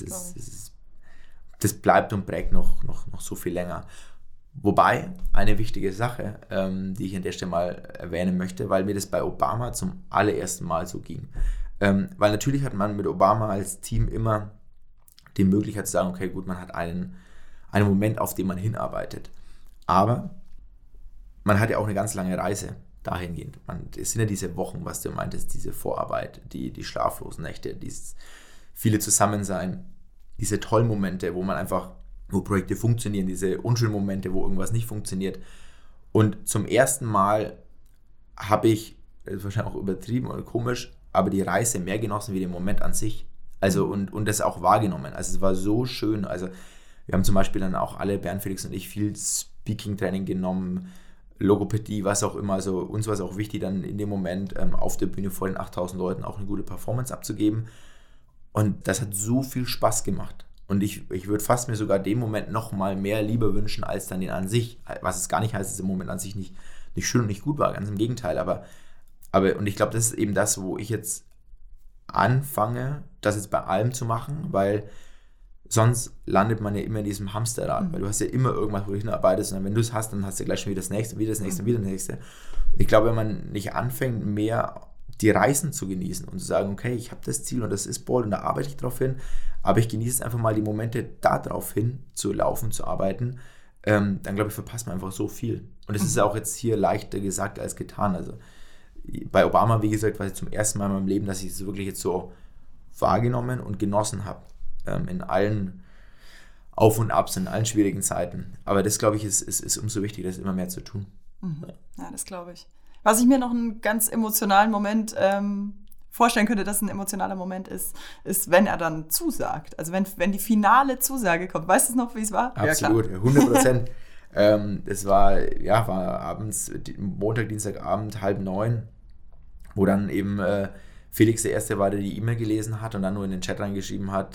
das bleibt und prägt noch so viel länger. Wobei, eine wichtige Sache, die ich an der Stelle mal erwähnen möchte, weil mir das bei Obama zum allerersten Mal so ging. Weil natürlich hat man mit Obama als Team immer die Möglichkeit zu sagen, okay, gut, man hat einen Moment, auf den man hinarbeitet. Aber man hat ja auch eine ganz lange Reise dahingehend. Es sind ja diese Wochen, was du meintest, diese Vorarbeit, die schlaflosen Nächte, dieses viele Zusammensein, diese tollen Momente, wo Projekte funktionieren, diese unschönen Momente, wo irgendwas nicht funktioniert. Und zum ersten Mal habe ich, das ist wahrscheinlich auch übertrieben oder komisch, aber die Reise mehr genossen wie den Moment an sich. Also und das auch wahrgenommen. Also es war so schön. Also wir haben zum Beispiel dann auch alle, Bernd, Felix und ich, viel Speaking-Training genommen, Logopädie, was auch immer. Also uns war es auch wichtig, dann in dem Moment auf der Bühne vor den 8000 Leuten auch eine gute Performance abzugeben. Und das hat so viel Spaß gemacht. Und ich würde fast mir sogar den Moment noch mal mehr Liebe wünschen, als dann den an sich. Was es gar nicht heißt, dass der Moment an sich nicht schön und nicht gut war, ganz im Gegenteil. Aber und ich glaube, das ist eben das, wo ich jetzt anfange, das jetzt bei allem zu machen, weil sonst landet man ja immer in diesem Hamsterrad, weil du hast ja immer irgendwas, wo du hinarbeitest, und wenn du es hast, dann hast du gleich schon wieder das Nächste, wieder das Nächste, wieder das Nächste. Und ich glaube, wenn man nicht anfängt, mehr die Reisen zu genießen und zu sagen, okay, ich habe das Ziel und das ist Bold und da arbeite ich drauf hin, aber ich genieße es einfach mal, die Momente da drauf hin zu laufen, zu arbeiten, dann glaube ich, verpasst man einfach so viel. Und es ist auch jetzt hier leichter gesagt als getan. Also bei Obama, wie gesagt, war es zum ersten Mal in meinem Leben, dass ich es wirklich jetzt so wahrgenommen und genossen habe. In allen Auf und Abs, in allen schwierigen Zeiten. Aber das, glaube ich, ist umso wichtiger, das immer mehr zu tun. Ja, das glaube ich. Was ich mir noch einen ganz emotionalen Moment vorstellen könnte, dass ein emotionaler Moment ist, wenn er dann zusagt. Also wenn die finale Zusage kommt. Weißt du noch, wie es war? Absolut, ja, 100%. Das war abends, Montag, Dienstagabend, 8:30, wo dann eben Felix der Erste war, der die E-Mail gelesen hat und dann nur in den Chat reingeschrieben hat,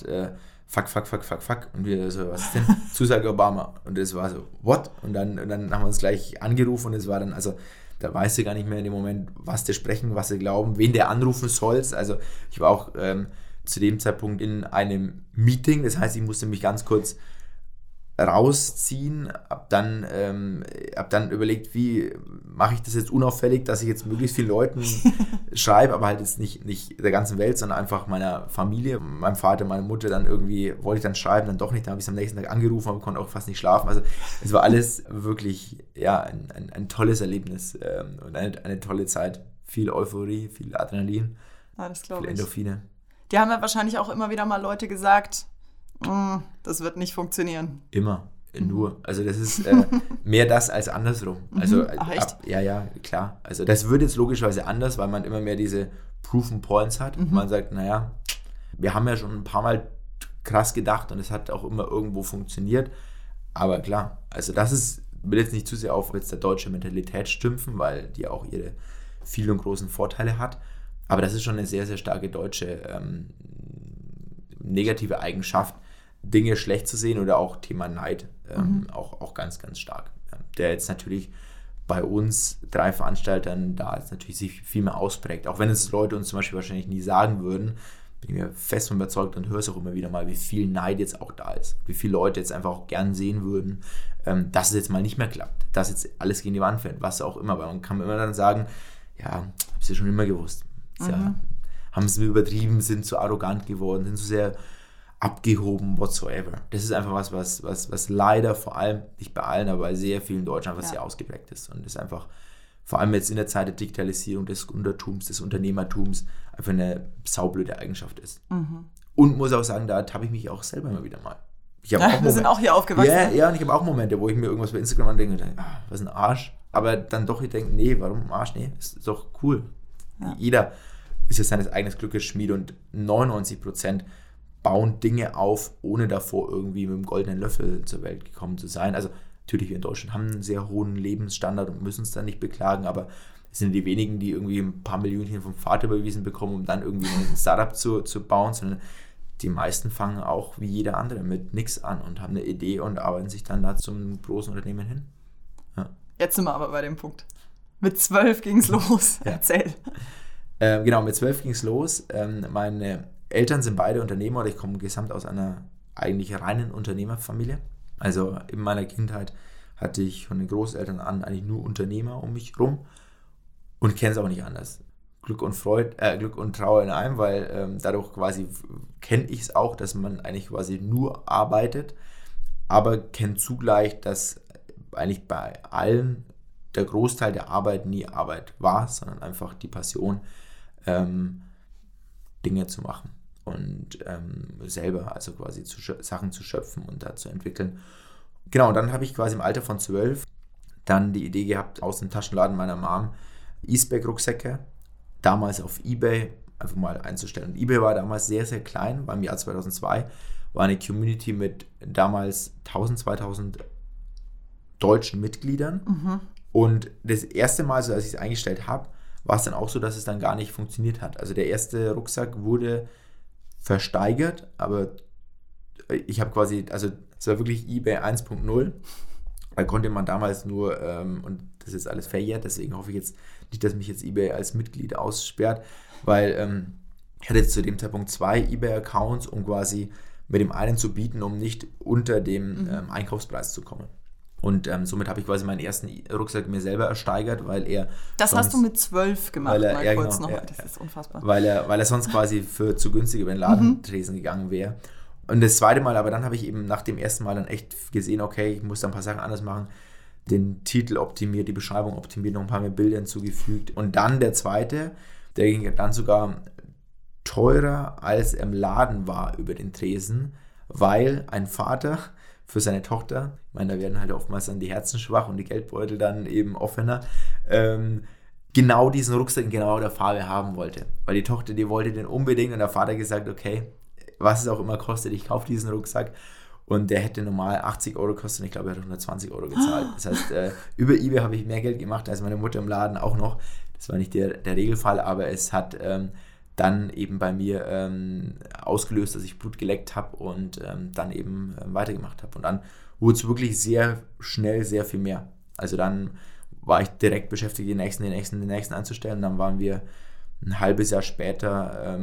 fuck. Und wir so, was ist denn? Zusage Obama. Und es war so, what? Und dann haben wir uns gleich angerufen und es war dann, also da weißt du gar nicht mehr in dem Moment, was die sprechen, was sie glauben, wen der anrufen sollst. Also ich war auch zu dem Zeitpunkt in einem Meeting, das heißt, ich musste mich ganz kurz rausziehen, hab dann überlegt, wie mache ich das jetzt unauffällig, dass ich jetzt möglichst vielen Leuten schreibe, aber halt jetzt nicht der ganzen Welt, sondern einfach meiner Familie, meinem Vater, meiner Mutter, dann irgendwie wollte ich dann schreiben, dann doch nicht, dann habe ich es am nächsten Tag angerufen, aber konnte auch fast nicht schlafen. Also es war alles wirklich ein tolles Erlebnis und eine tolle Zeit. Viel Euphorie, viel Adrenalin, viel Endorphine. Die haben ja wahrscheinlich auch immer wieder mal Leute gesagt, das wird nicht funktionieren. Immer, nur. Also das ist mehr das als andersrum. Also echt? Ja, klar. Also das wird jetzt logischerweise anders, weil man immer mehr diese Proven Points hat. Und man sagt, naja, wir haben ja schon ein paar Mal krass gedacht und es hat auch immer irgendwo funktioniert. Aber klar, also das ist, ich will jetzt nicht zu sehr auf jetzt der deutsche Mentalität stümpfen, weil die auch ihre vielen und großen Vorteile hat. Aber das ist schon eine sehr, sehr starke deutsche negative Eigenschaft, Dinge schlecht zu sehen oder auch Thema Neid, auch ganz, ganz stark. Der jetzt natürlich bei uns 3 Veranstaltern da jetzt natürlich sich viel mehr ausprägt. Auch wenn es Leute uns zum Beispiel wahrscheinlich nie sagen würden, bin ich mir fest von überzeugt und höre es auch immer wieder mal, wie viel Neid jetzt auch da ist. Wie viele Leute jetzt einfach auch gern sehen würden, dass es jetzt mal nicht mehr klappt. Dass jetzt alles gegen die Wand fällt, was auch immer. Weil man kann immer dann sagen, ja, hab's ja schon immer gewusst. Haben es übertrieben, sind zu arrogant geworden, sind zu sehr abgehoben, whatsoever. Das ist einfach was leider vor allem, nicht bei allen, aber bei sehr vielen Deutschen einfach sehr ausgeprägt ist. Und das ist einfach, vor allem jetzt in der Zeit der Digitalisierung, des Untertums, des Unternehmertums, einfach eine saublöde Eigenschaft ist. Und muss auch sagen, da tappe ich mich auch selber immer wieder mal. Wir sind auch hier aufgewachsen. Ja, und ich habe auch Momente, wo ich mir irgendwas bei Instagram andenke und denke, was ein Arsch. Aber dann doch, ich denke, nee, warum Arsch? Nee, ist doch cool. Ja. Jeder ist ja seines eigenen Glückes Schmied und 99% bauen Dinge auf, ohne davor irgendwie mit dem goldenen Löffel zur Welt gekommen zu sein. Also natürlich, wir in Deutschland haben einen sehr hohen Lebensstandard und müssen es dann nicht beklagen, aber es sind die wenigen, die irgendwie ein paar Millionchen vom Vater überwiesen bekommen, um dann irgendwie ein Startup zu bauen, sondern die meisten fangen auch wie jeder andere mit nichts an und haben eine Idee und arbeiten sich dann da zum großen Unternehmen hin. Ja. Jetzt sind wir aber bei dem Punkt. Mit 12 ging es los. Ja. Erzähl. Genau, mit 12 ging es los. Meine Eltern sind beide Unternehmer oder ich komme gesamt aus einer eigentlich reinen Unternehmerfamilie. Also in meiner Kindheit hatte ich von den Großeltern an eigentlich nur Unternehmer um mich rum und kenne es auch nicht anders. Glück und Trauer in einem, weil dadurch quasi kenne ich es auch, dass man eigentlich quasi nur arbeitet, aber kenne zugleich, dass eigentlich bei allen der Großteil der Arbeit nie Arbeit war, sondern einfach die Passion, Dinge zu machen und selber also quasi Sachen zu schöpfen und da zu entwickeln. Genau, und dann habe ich quasi im Alter von 12 dann die Idee gehabt, aus dem Taschenladen meiner Mom Eastpak-Rucksäcke damals auf eBay einfach mal einzustellen. Und eBay war damals sehr, sehr klein, war im Jahr 2002, war eine Community mit damals 1000, 2000 deutschen Mitgliedern. Mhm. Und das erste Mal, so als ich es eingestellt habe, war es dann auch so, dass es dann gar nicht funktioniert hat. Also der erste Rucksack wurde versteigert, aber ich habe quasi, also es war wirklich eBay 1.0. Da konnte man damals nur, und das ist alles verjährt, deswegen hoffe ich jetzt nicht, dass mich jetzt eBay als Mitglied aussperrt, weil ich hatte zu dem Zeitpunkt 2 eBay-Accounts, um quasi mit dem einen zu bieten, um nicht unter dem Einkaufspreis zu kommen. Und somit habe ich quasi meinen ersten Rucksack mir selber ersteigert, weil er... Das hast du mit 12 gemacht, das ist unfassbar. Weil er sonst quasi für zu günstig über den Ladentresen gegangen wäre. Und das zweite Mal, aber dann habe ich eben nach dem ersten Mal dann echt gesehen, okay, ich muss da ein paar Sachen anders machen. Den Titel optimiert, die Beschreibung optimiert, noch ein paar mehr Bilder hinzugefügt. Und dann der zweite, der ging dann sogar teurer, als er im Laden war über den Tresen, weil ein Vater für seine Tochter, ich meine, da werden halt oftmals dann die Herzen schwach und die Geldbeutel dann eben offener, genau diesen Rucksack in genau der Farbe haben wollte. Weil die Tochter, die wollte den unbedingt und der Vater gesagt, okay, was es auch immer kostet, ich kaufe diesen Rucksack. Und der hätte normal 80 Euro gekostet und ich glaube, er hat 120 Euro gezahlt. Das heißt, über eBay habe ich mehr Geld gemacht als meine Mutter im Laden auch noch. Das war nicht der Regelfall, aber es hat dann eben bei mir ausgelöst, dass ich Blut geleckt habe und dann eben weitergemacht habe. Und dann wurde es wirklich sehr schnell sehr viel mehr. Also dann war ich direkt beschäftigt, den nächsten anzustellen. Und dann waren wir ein halbes Jahr später,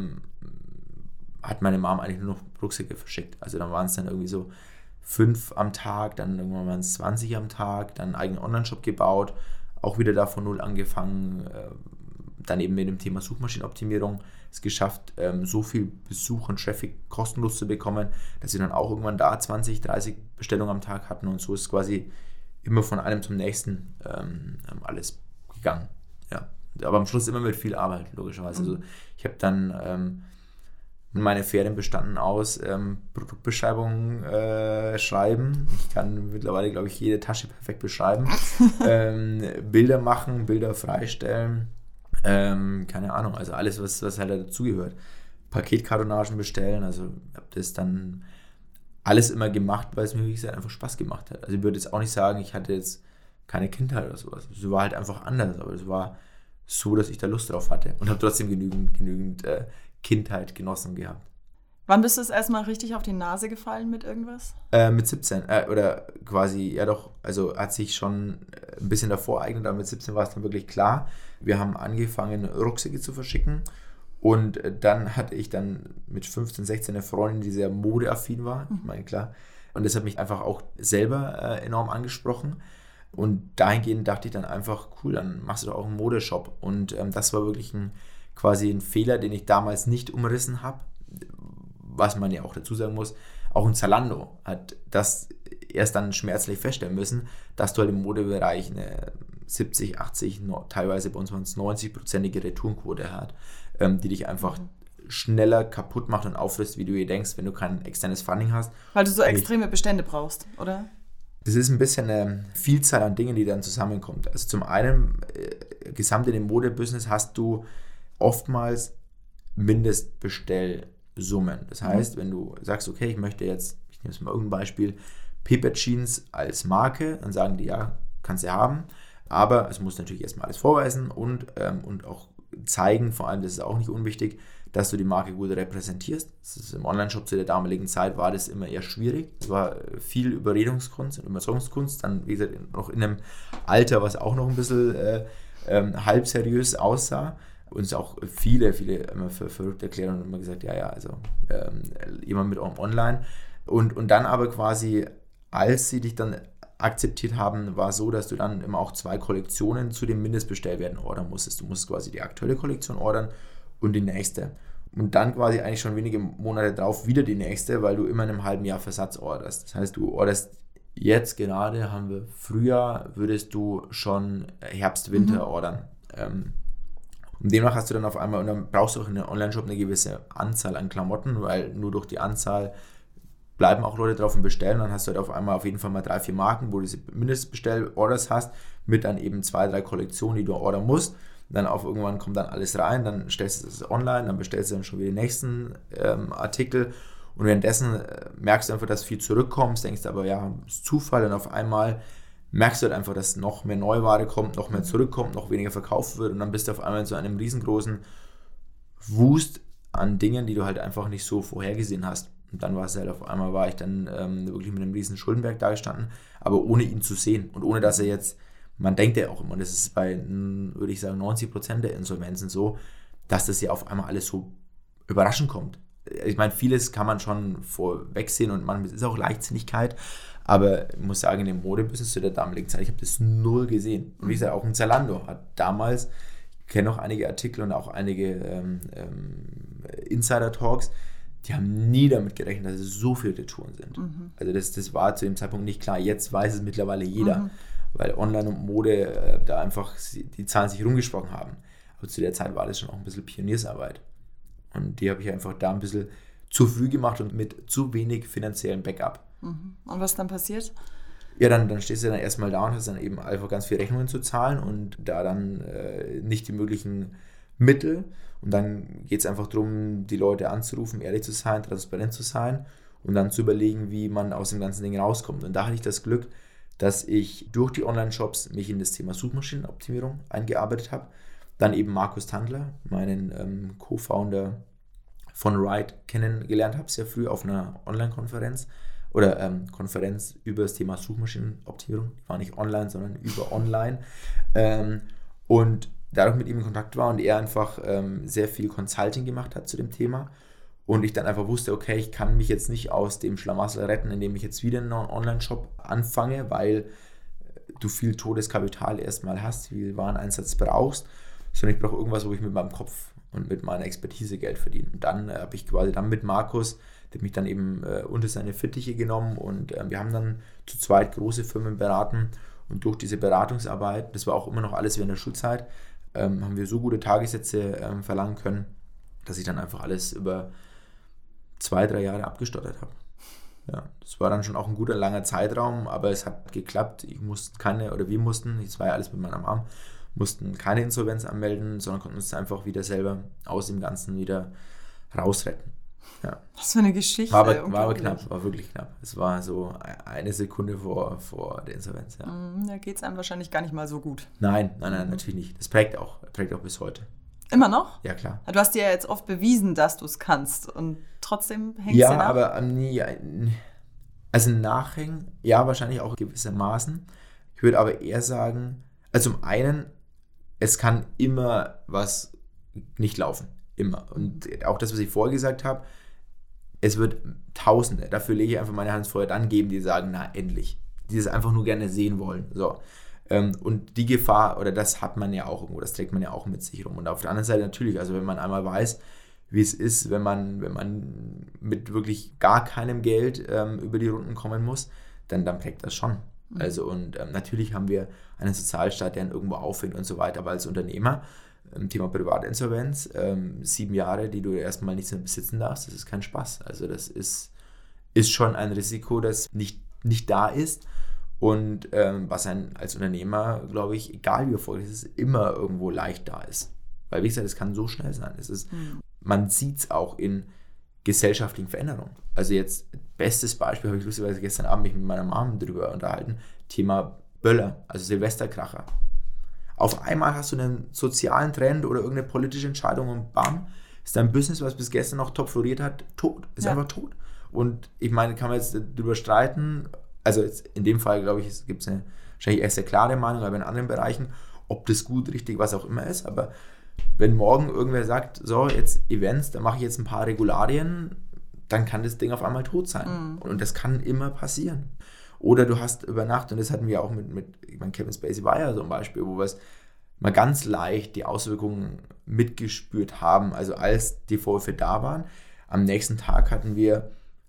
hat meine Mom eigentlich nur noch Rucksäcke verschickt. Also dann waren es dann irgendwie so 5 am Tag, dann irgendwann waren es 20 am Tag, dann einen eigenen Online-Shop gebaut, auch wieder da von null angefangen, dann eben mit dem Thema Suchmaschinenoptimierung es geschafft, so viel Besuch und Traffic kostenlos zu bekommen, dass wir dann auch irgendwann da 20, 30 Bestellungen am Tag hatten und so ist quasi immer von einem zum nächsten alles gegangen. Ja. Aber am Schluss immer mit viel Arbeit, logischerweise. Also ich habe dann meine Ferien bestanden aus Produktbeschreibungen schreiben. Ich kann mittlerweile, glaube ich, jede Tasche perfekt beschreiben. Bilder machen, Bilder freistellen. Keine Ahnung, also alles, was halt dazugehört. Paketkartonagen bestellen, also ich habe das dann alles immer gemacht, weil es mir, wie gesagt, einfach Spaß gemacht hat. Also ich würde jetzt auch nicht sagen, ich hatte jetzt keine Kindheit oder sowas. Es war halt einfach anders, aber es war so, dass ich da Lust drauf hatte und habe trotzdem genügend Kindheit genossen gehabt. Wann bist du das erstmal richtig auf die Nase gefallen mit irgendwas? Mit 17, oder quasi, ja doch, also hat sich schon ein bisschen davor ereignet, aber mit 17 war es dann wirklich klar. Wir haben angefangen, Rucksäcke zu verschicken und dann hatte ich dann mit 15, 16 eine Freundin, die sehr modeaffin war, ich meine, klar. Und das hat mich einfach auch selber enorm angesprochen und dahingehend dachte ich dann einfach, cool, dann machst du doch auch einen Modeshop und das war wirklich quasi ein Fehler, den ich damals nicht umrissen habe, was man ja auch dazu sagen muss, auch ein Zalando hat das erst dann schmerzlich feststellen müssen, dass du halt im Modebereich eine 70, 80, teilweise bei uns waren es 90%ige Retourenquote hat, die dich einfach schneller kaputt macht und auffrisst, wie du dir denkst, wenn du kein externes Funding hast. Weil du so extreme Bestände brauchst, oder? Das ist ein bisschen eine Vielzahl an Dingen, die dann zusammenkommt. Also zum einen, gesamt in dem Modebusiness hast du oftmals Mindestbestellsummen. Das heißt, wenn du sagst, okay, ich möchte jetzt, ich nehme jetzt mal irgendein Beispiel, Pepper Jeans als Marke, dann sagen die, ja, kannst du haben, aber es muss natürlich erstmal alles vorweisen und auch zeigen, vor allem, das ist auch nicht unwichtig, dass du die Marke gut repräsentierst. Das ist im Onlineshop zu der damaligen Zeit war das immer eher schwierig. Es war viel Überredungskunst und Überzeugungskunst, dann wie gesagt noch in einem Alter, was auch noch ein bisschen halb seriös aussah. Uns auch viele immer für verrückt erklärt und immer gesagt, also jemand mit Online. Und dann aber quasi, als sie dich dann akzeptiert haben, war so, dass du dann immer auch 2 Kollektionen zu den Mindestbestellwerten ordern musstest. Du musst quasi die aktuelle Kollektion ordern und die nächste. Und dann quasi eigentlich schon wenige Monate drauf wieder die nächste, weil du immer in einem halben Jahr Versatz orderst. Das heißt, du orderst jetzt gerade, haben wir Frühjahr, würdest du schon Herbst, Winter ordern. Und demnach hast du dann auf einmal, und dann brauchst du auch in einem Online-Shop eine gewisse Anzahl an Klamotten, weil nur durch die Anzahl bleiben auch Leute drauf und bestellen. Dann hast du halt auf einmal auf jeden Fall mal 3-4 Marken, wo du diese Mindestbestell-Orders hast, mit dann eben 2-3 Kollektionen, die du ordern musst. Dann irgendwann kommt dann alles rein, dann stellst du das online, dann bestellst du dann schon wieder den nächsten Artikel und währenddessen merkst du einfach, dass viel zurückkommst, denkst aber, ja, das ist Zufall, und auf einmal merkst du halt einfach, dass noch mehr Neuware kommt, noch mehr zurückkommt, noch weniger verkauft wird und dann bist du auf einmal in so einem riesengroßen Wust an Dingen, die du halt einfach nicht so vorhergesehen hast. Und dann war ich dann wirklich mit einem riesen Schuldenberg dagestanden, aber ohne ihn zu sehen und ohne, dass er jetzt, man denkt ja auch immer, das ist bei, würde ich sagen, 90% der Insolvenzen so, dass das ja auf einmal alles so überraschend kommt. Ich meine, vieles kann man schon vorwegsehen und manchmal ist auch Leichtsinnigkeit, aber ich muss sagen, in dem Modebusiness zu der damaligen Zeit, ich habe das null gesehen. Und wie gesagt, auch ein Zalando hat damals, ich kenne noch einige Artikel und auch einige Insider-Talks, die haben nie damit gerechnet, dass es so viele Retouren sind. Also das war zu dem Zeitpunkt nicht klar. Jetzt weiß es mittlerweile jeder, weil Online und Mode da einfach die Zahlen sich rumgesprochen haben. Aber zu der Zeit war das schon auch ein bisschen Pioniersarbeit. Und die habe ich einfach da ein bisschen zu früh gemacht und mit zu wenig finanziellem Backup. Und was ist dann passiert? Ja, dann stehst du dann erstmal da und hast dann eben einfach ganz viele Rechnungen zu zahlen und da dann nicht die möglichen Mittel. Und dann geht es einfach darum, die Leute anzurufen, ehrlich zu sein, transparent zu sein und dann zu überlegen, wie man aus dem ganzen Ding rauskommt. Und da hatte ich das Glück, dass ich durch die Online-Shops mich in das Thema Suchmaschinenoptimierung eingearbeitet habe. Dann eben Markus Tandler, meinen Co-Founder von Ride, kennengelernt habe, sehr früh auf einer Online-Konferenz oder Konferenz über das Thema Suchmaschinenoptimierung. Die war nicht online, sondern über online. Und dadurch mit ihm in Kontakt war und er einfach sehr viel Consulting gemacht hat zu dem Thema. Und ich dann einfach wusste, okay, ich kann mich jetzt nicht aus dem Schlamassel retten, indem ich jetzt wieder einen Online-Shop anfange, weil du viel Todeskapital erstmal hast, viel Wareneinsatz brauchst, sondern ich brauche irgendwas, wo ich mit meinem Kopf und mit meiner Expertise Geld verdiene. Und dann habe ich quasi dann mit Markus, der mich dann eben unter seine Fittiche genommen und wir haben dann zu zweit große Firmen beraten und durch diese Beratungsarbeit, das war auch immer noch alles während der Schulzeit, haben wir so gute Tagessätze verlangen können, dass ich dann einfach alles über 2-3 Jahre abgestottert habe. Ja, das war dann schon auch ein guter, langer Zeitraum, aber es hat geklappt. Wir mussten, das war ja alles mit meiner Mom, mussten keine Insolvenz anmelden, sondern konnten uns einfach wieder selber aus dem Ganzen wieder rausretten. Ja. Was für eine Geschichte. War aber knapp, war wirklich knapp. Es war so eine Sekunde vor der Insolvenz. Ja. Da geht es einem wahrscheinlich gar nicht mal so gut. Nein, natürlich nicht. Das prägt auch bis heute. Immer noch? Ja, klar. Du hast dir ja jetzt oft bewiesen, dass du es kannst und trotzdem hängst du ja, nach? Aber also nachhängen, ja, wahrscheinlich auch gewissermaßen. Ich würde aber eher sagen, also zum einen, es kann immer was nicht laufen. Immer. Und auch das, was ich vorher gesagt habe, es wird Tausende, dafür lege ich einfach meine Hand ins Feuer, dann geben, die sagen, na endlich. Die das einfach nur gerne sehen wollen. So. Und die Gefahr, oder das hat man ja auch irgendwo, das trägt man ja auch mit sich rum. Und auf der anderen Seite natürlich, also wenn man einmal weiß, wie es ist, wenn man mit wirklich gar keinem Geld über die Runden kommen muss, dann prägt das schon. Also und natürlich haben wir einen Sozialstaat, der irgendwo auffängt und so weiter, aber als Unternehmer, Thema Privatinsolvenz, 7 Jahre, die du erstmal nichts mehr besitzen darfst, das ist kein Spaß. Also das ist schon ein Risiko, das nicht da ist. Und was als Unternehmer, glaube ich, egal wie erfolgreich es ist, immer irgendwo leicht da ist. Weil, wie gesagt, es kann so schnell sein. man sieht es auch in gesellschaftlichen Veränderungen. Also jetzt, bestes Beispiel, habe ich lustigerweise gestern Abend mich mit meiner Mom drüber unterhalten, Thema Böller, also Silvesterkracher. Auf einmal hast du einen sozialen Trend oder irgendeine politische Entscheidung und bam, ist dein Business, was bis gestern noch top floriert hat, tot. Ist einfach tot. Und ich meine, kann man jetzt drüber streiten, also jetzt in dem Fall, glaube ich, gibt es eine wahrscheinlich erst eine klare Meinung, aber in anderen Bereichen, ob das gut, richtig, was auch immer ist, aber wenn morgen irgendwer sagt, so, jetzt Events, da mache ich jetzt ein paar Regularien, dann kann das Ding auf einmal tot sein. Und das kann immer passieren. Oder du hast über Nacht, und das hatten wir auch ich meine, Kevin Spacey war ja so ein Beispiel, wo wir es mal ganz leicht die Auswirkungen mitgespürt haben, also als die Vorwürfe da waren. Am nächsten Tag hatten wir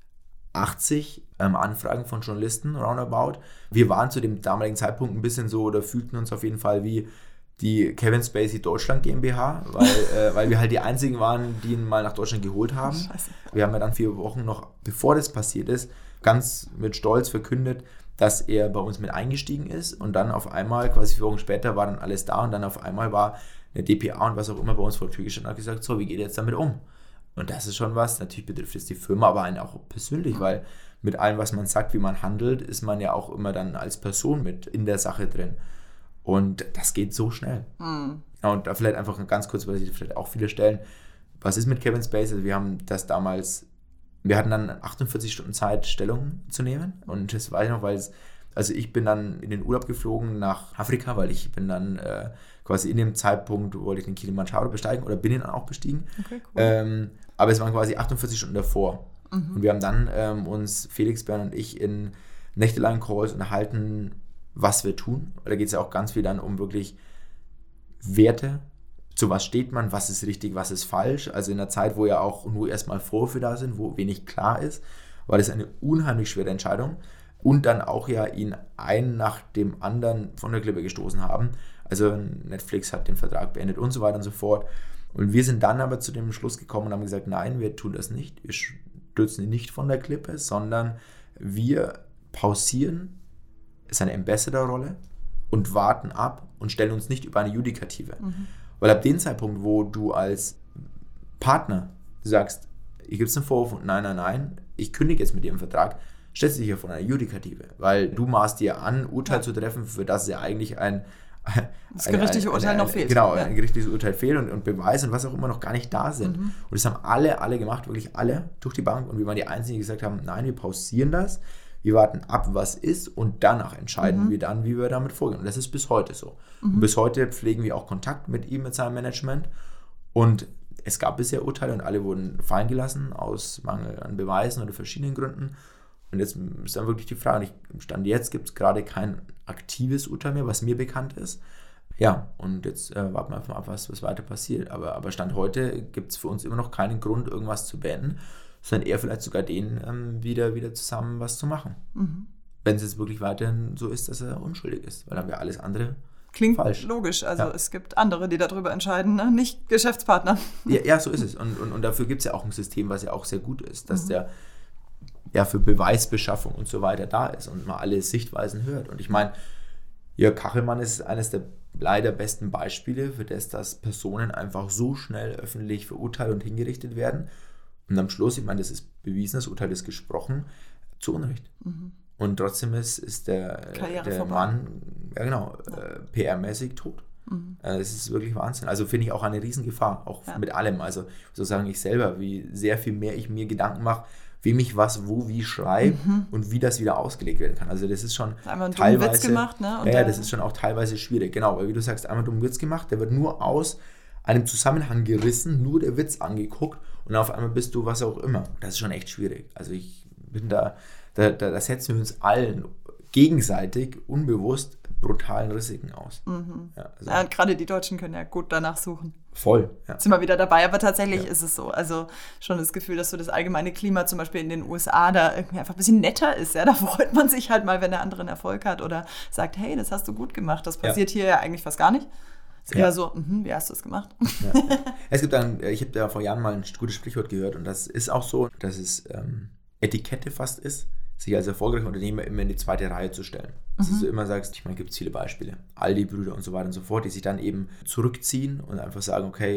80 Anfragen von Journalisten roundabout. Wir waren zu dem damaligen Zeitpunkt ein bisschen so oder fühlten uns auf jeden Fall wie die Kevin Spacey Deutschland GmbH, weil wir halt die einzigen waren, die ihn mal nach Deutschland geholt haben. Scheiße. Wir haben ja dann 4 Wochen noch, bevor das passiert ist, ganz mit Stolz verkündet, dass er bei uns mit eingestiegen ist und dann auf einmal, quasi 4 Wochen später, war dann alles da und dann auf einmal war eine DPA und was auch immer bei uns vor der Tür gestanden und hat gesagt, so, wie geht ihr jetzt damit um? Und das ist schon was, natürlich betrifft es die Firma, aber einen auch persönlich, weil mit allem, was man sagt, wie man handelt, ist man ja auch immer dann als Person mit in der Sache drin. Und das geht so schnell. Ja, und da vielleicht einfach ganz kurz, weil sich vielleicht auch viele stellen, was ist mit Kevin Spacey? Also wir haben das damals, wir hatten dann 48 Stunden Zeit, Stellung zu nehmen. Und das weiß ich noch, also ich bin dann in den Urlaub geflogen nach Afrika, weil ich bin dann quasi in dem Zeitpunkt, wollte ich den Kilimanjaro besteigen oder bin ihn dann auch bestiegen. Okay, cool. Aber es waren quasi 48 Stunden davor. Und wir haben dann uns, Felix, Bernd und ich, in nächtelangen Calls unterhalten, was wir tun. Da geht es ja auch ganz viel dann um wirklich Werte, zu was steht man, was ist richtig, was ist falsch. Also in einer Zeit, wo ja auch nur erstmal Vorwürfe da sind, wo wenig klar ist, war das eine unheimlich schwere Entscheidung. Und dann auch ja ihn einen nach dem anderen von der Klippe gestoßen haben. Also Netflix hat den Vertrag beendet und so weiter und so fort. Und wir sind dann aber zu dem Schluss gekommen und haben gesagt, nein, wir tun das nicht. Wir stürzen ihn nicht von der Klippe, sondern wir pausieren seine Ambassador-Rolle und warten ab und stellen uns nicht über eine Judikative. Weil ab dem Zeitpunkt, wo du als Partner sagst, hier gibt es einen Vorwurf und nein, ich kündige jetzt mit dir im Vertrag, stellst du dich ja von einer Judikative, weil du maßt dir an, Urteil zu treffen, für das ja eigentlich das gerichtliche Urteil noch fehlt. Genau, ein gerichtliches Urteil fehlt und Beweise und was auch immer noch gar nicht da sind. Und das haben alle gemacht, wirklich alle durch die Bank. Und wir waren die Einzigen, die gesagt haben, nein, wir pausieren das, wir warten ab, was ist und danach entscheiden wir dann, wie wir damit vorgehen. Und das ist bis heute so. Und bis heute pflegen wir auch Kontakt mit ihm, mit seinem Management. Und es gab bisher Urteile und alle wurden fallen gelassen aus Mangel an Beweisen oder verschiedenen Gründen. Und jetzt ist dann wirklich die Frage, Stand jetzt gibt es gerade kein aktives Urteil mehr, was mir bekannt ist. Ja, und jetzt warten wir einfach mal ab, was weiter passiert. Aber Stand heute gibt es für uns immer noch keinen Grund, irgendwas zu beenden, sondern eher vielleicht sogar denen wieder zusammen was zu machen. Wenn es jetzt wirklich weiterhin so ist, dass er unschuldig ist, weil dann wäre alles andere klingt falsch. Logisch, also es gibt andere, die darüber entscheiden, ne? Nicht Geschäftspartner. Ja, so ist es. Und dafür gibt es ja auch ein System, was ja auch sehr gut ist, dass der für Beweisbeschaffung und so weiter da ist und man alle Sichtweisen hört. Und ich meine, Jörg Kachelmann ist eines der leider besten Beispiele für das, dass Personen einfach so schnell öffentlich verurteilt und hingerichtet werden. Und am Schluss, ich meine, das ist bewiesen, das Urteil ist gesprochen, zu Unrecht. Und trotzdem ist der Mann, PR-mäßig tot. Das ist wirklich Wahnsinn. Also finde ich auch eine Riesengefahr, auch mit allem. Also sozusagen ich selber, wie sehr viel mehr ich mir Gedanken mache, wem ich was, wo, wie schreibe und wie das wieder ausgelegt werden kann. Also das ist schon einmal einen dummen Witz gemacht, ne? Und das ist schon auch teilweise schwierig. Genau, weil wie du sagst, einmal einen dummen Witz gemacht, der wird nur aus einem Zusammenhang gerissen, nur der Witz angeguckt und auf einmal bist du was auch immer. Das ist schon echt schwierig. Also ich bin da setzen wir uns allen gegenseitig unbewusst brutalen Risiken aus. Ja, und gerade die Deutschen können ja gut danach suchen. Voll, ja. Sind wir wieder dabei, aber tatsächlich ist es so. Also schon das Gefühl, dass so das allgemeine Klima zum Beispiel in den USA da irgendwie einfach ein bisschen netter ist. Ja? Da freut man sich halt mal, wenn der andere einen Erfolg hat oder sagt, hey, das hast du gut gemacht. Das passiert hier ja eigentlich fast gar nicht. Ist eher so, wie hast du es gemacht? Es gibt ich habe da vor Jahren mal ein gutes Sprichwort gehört und das ist auch so, dass es Etikette fast ist, sich als erfolgreicher Unternehmer immer in die zweite Reihe zu stellen. Dass du immer sagst, ich meine, gibt es viele Beispiele, Aldi-Brüder und so weiter und so fort, die sich dann eben zurückziehen und einfach sagen, okay,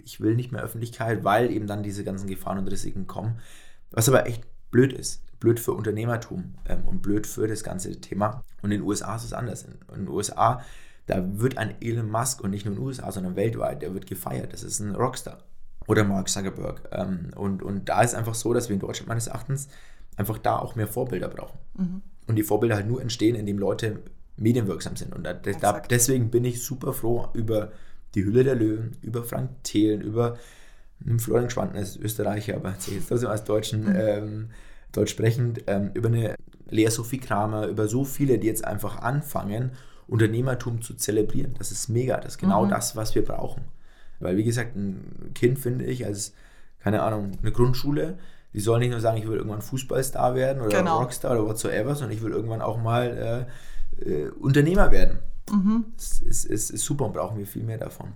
ich will nicht mehr Öffentlichkeit, weil eben dann diese ganzen Gefahren und Risiken kommen. Was aber echt blöd ist. Blöd für Unternehmertum und blöd für das ganze Thema. Und in den USA ist es anders. In den USA, da wird ein Elon Musk, und nicht nur in den USA, sondern weltweit, der wird gefeiert. Das ist ein Rockstar. Oder Mark Zuckerberg. Und da ist einfach so, dass wir in Deutschland meines Erachtens einfach da auch mehr Vorbilder brauchen. Und die Vorbilder halt nur entstehen, indem Leute medienwirksam sind. Und deswegen bin ich super froh über die Hülle der Löwen, über Frank Thelen, über Florian Schwantner, ist Österreicher, aber jetzt trotzdem als Deutschen, deutsch sprechend, über eine Lea Sophie Kramer, über so viele, die jetzt einfach anfangen, Unternehmertum zu zelebrieren. Das ist mega, das ist genau das, was wir brauchen. Weil, wie gesagt, ein Kind finde ich als, keine Ahnung, eine Grundschule, die soll nicht nur sagen, ich will irgendwann Fußballstar werden oder Rockstar oder whatsoever, sondern ich will irgendwann auch mal Unternehmer werden. Das ist super und brauchen wir viel mehr davon.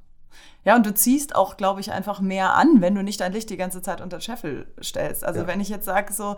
Ja, und du ziehst auch, glaube ich, einfach mehr an, wenn du nicht dein Licht die ganze Zeit unter den Scheffel stellst. Also wenn ich jetzt sage so,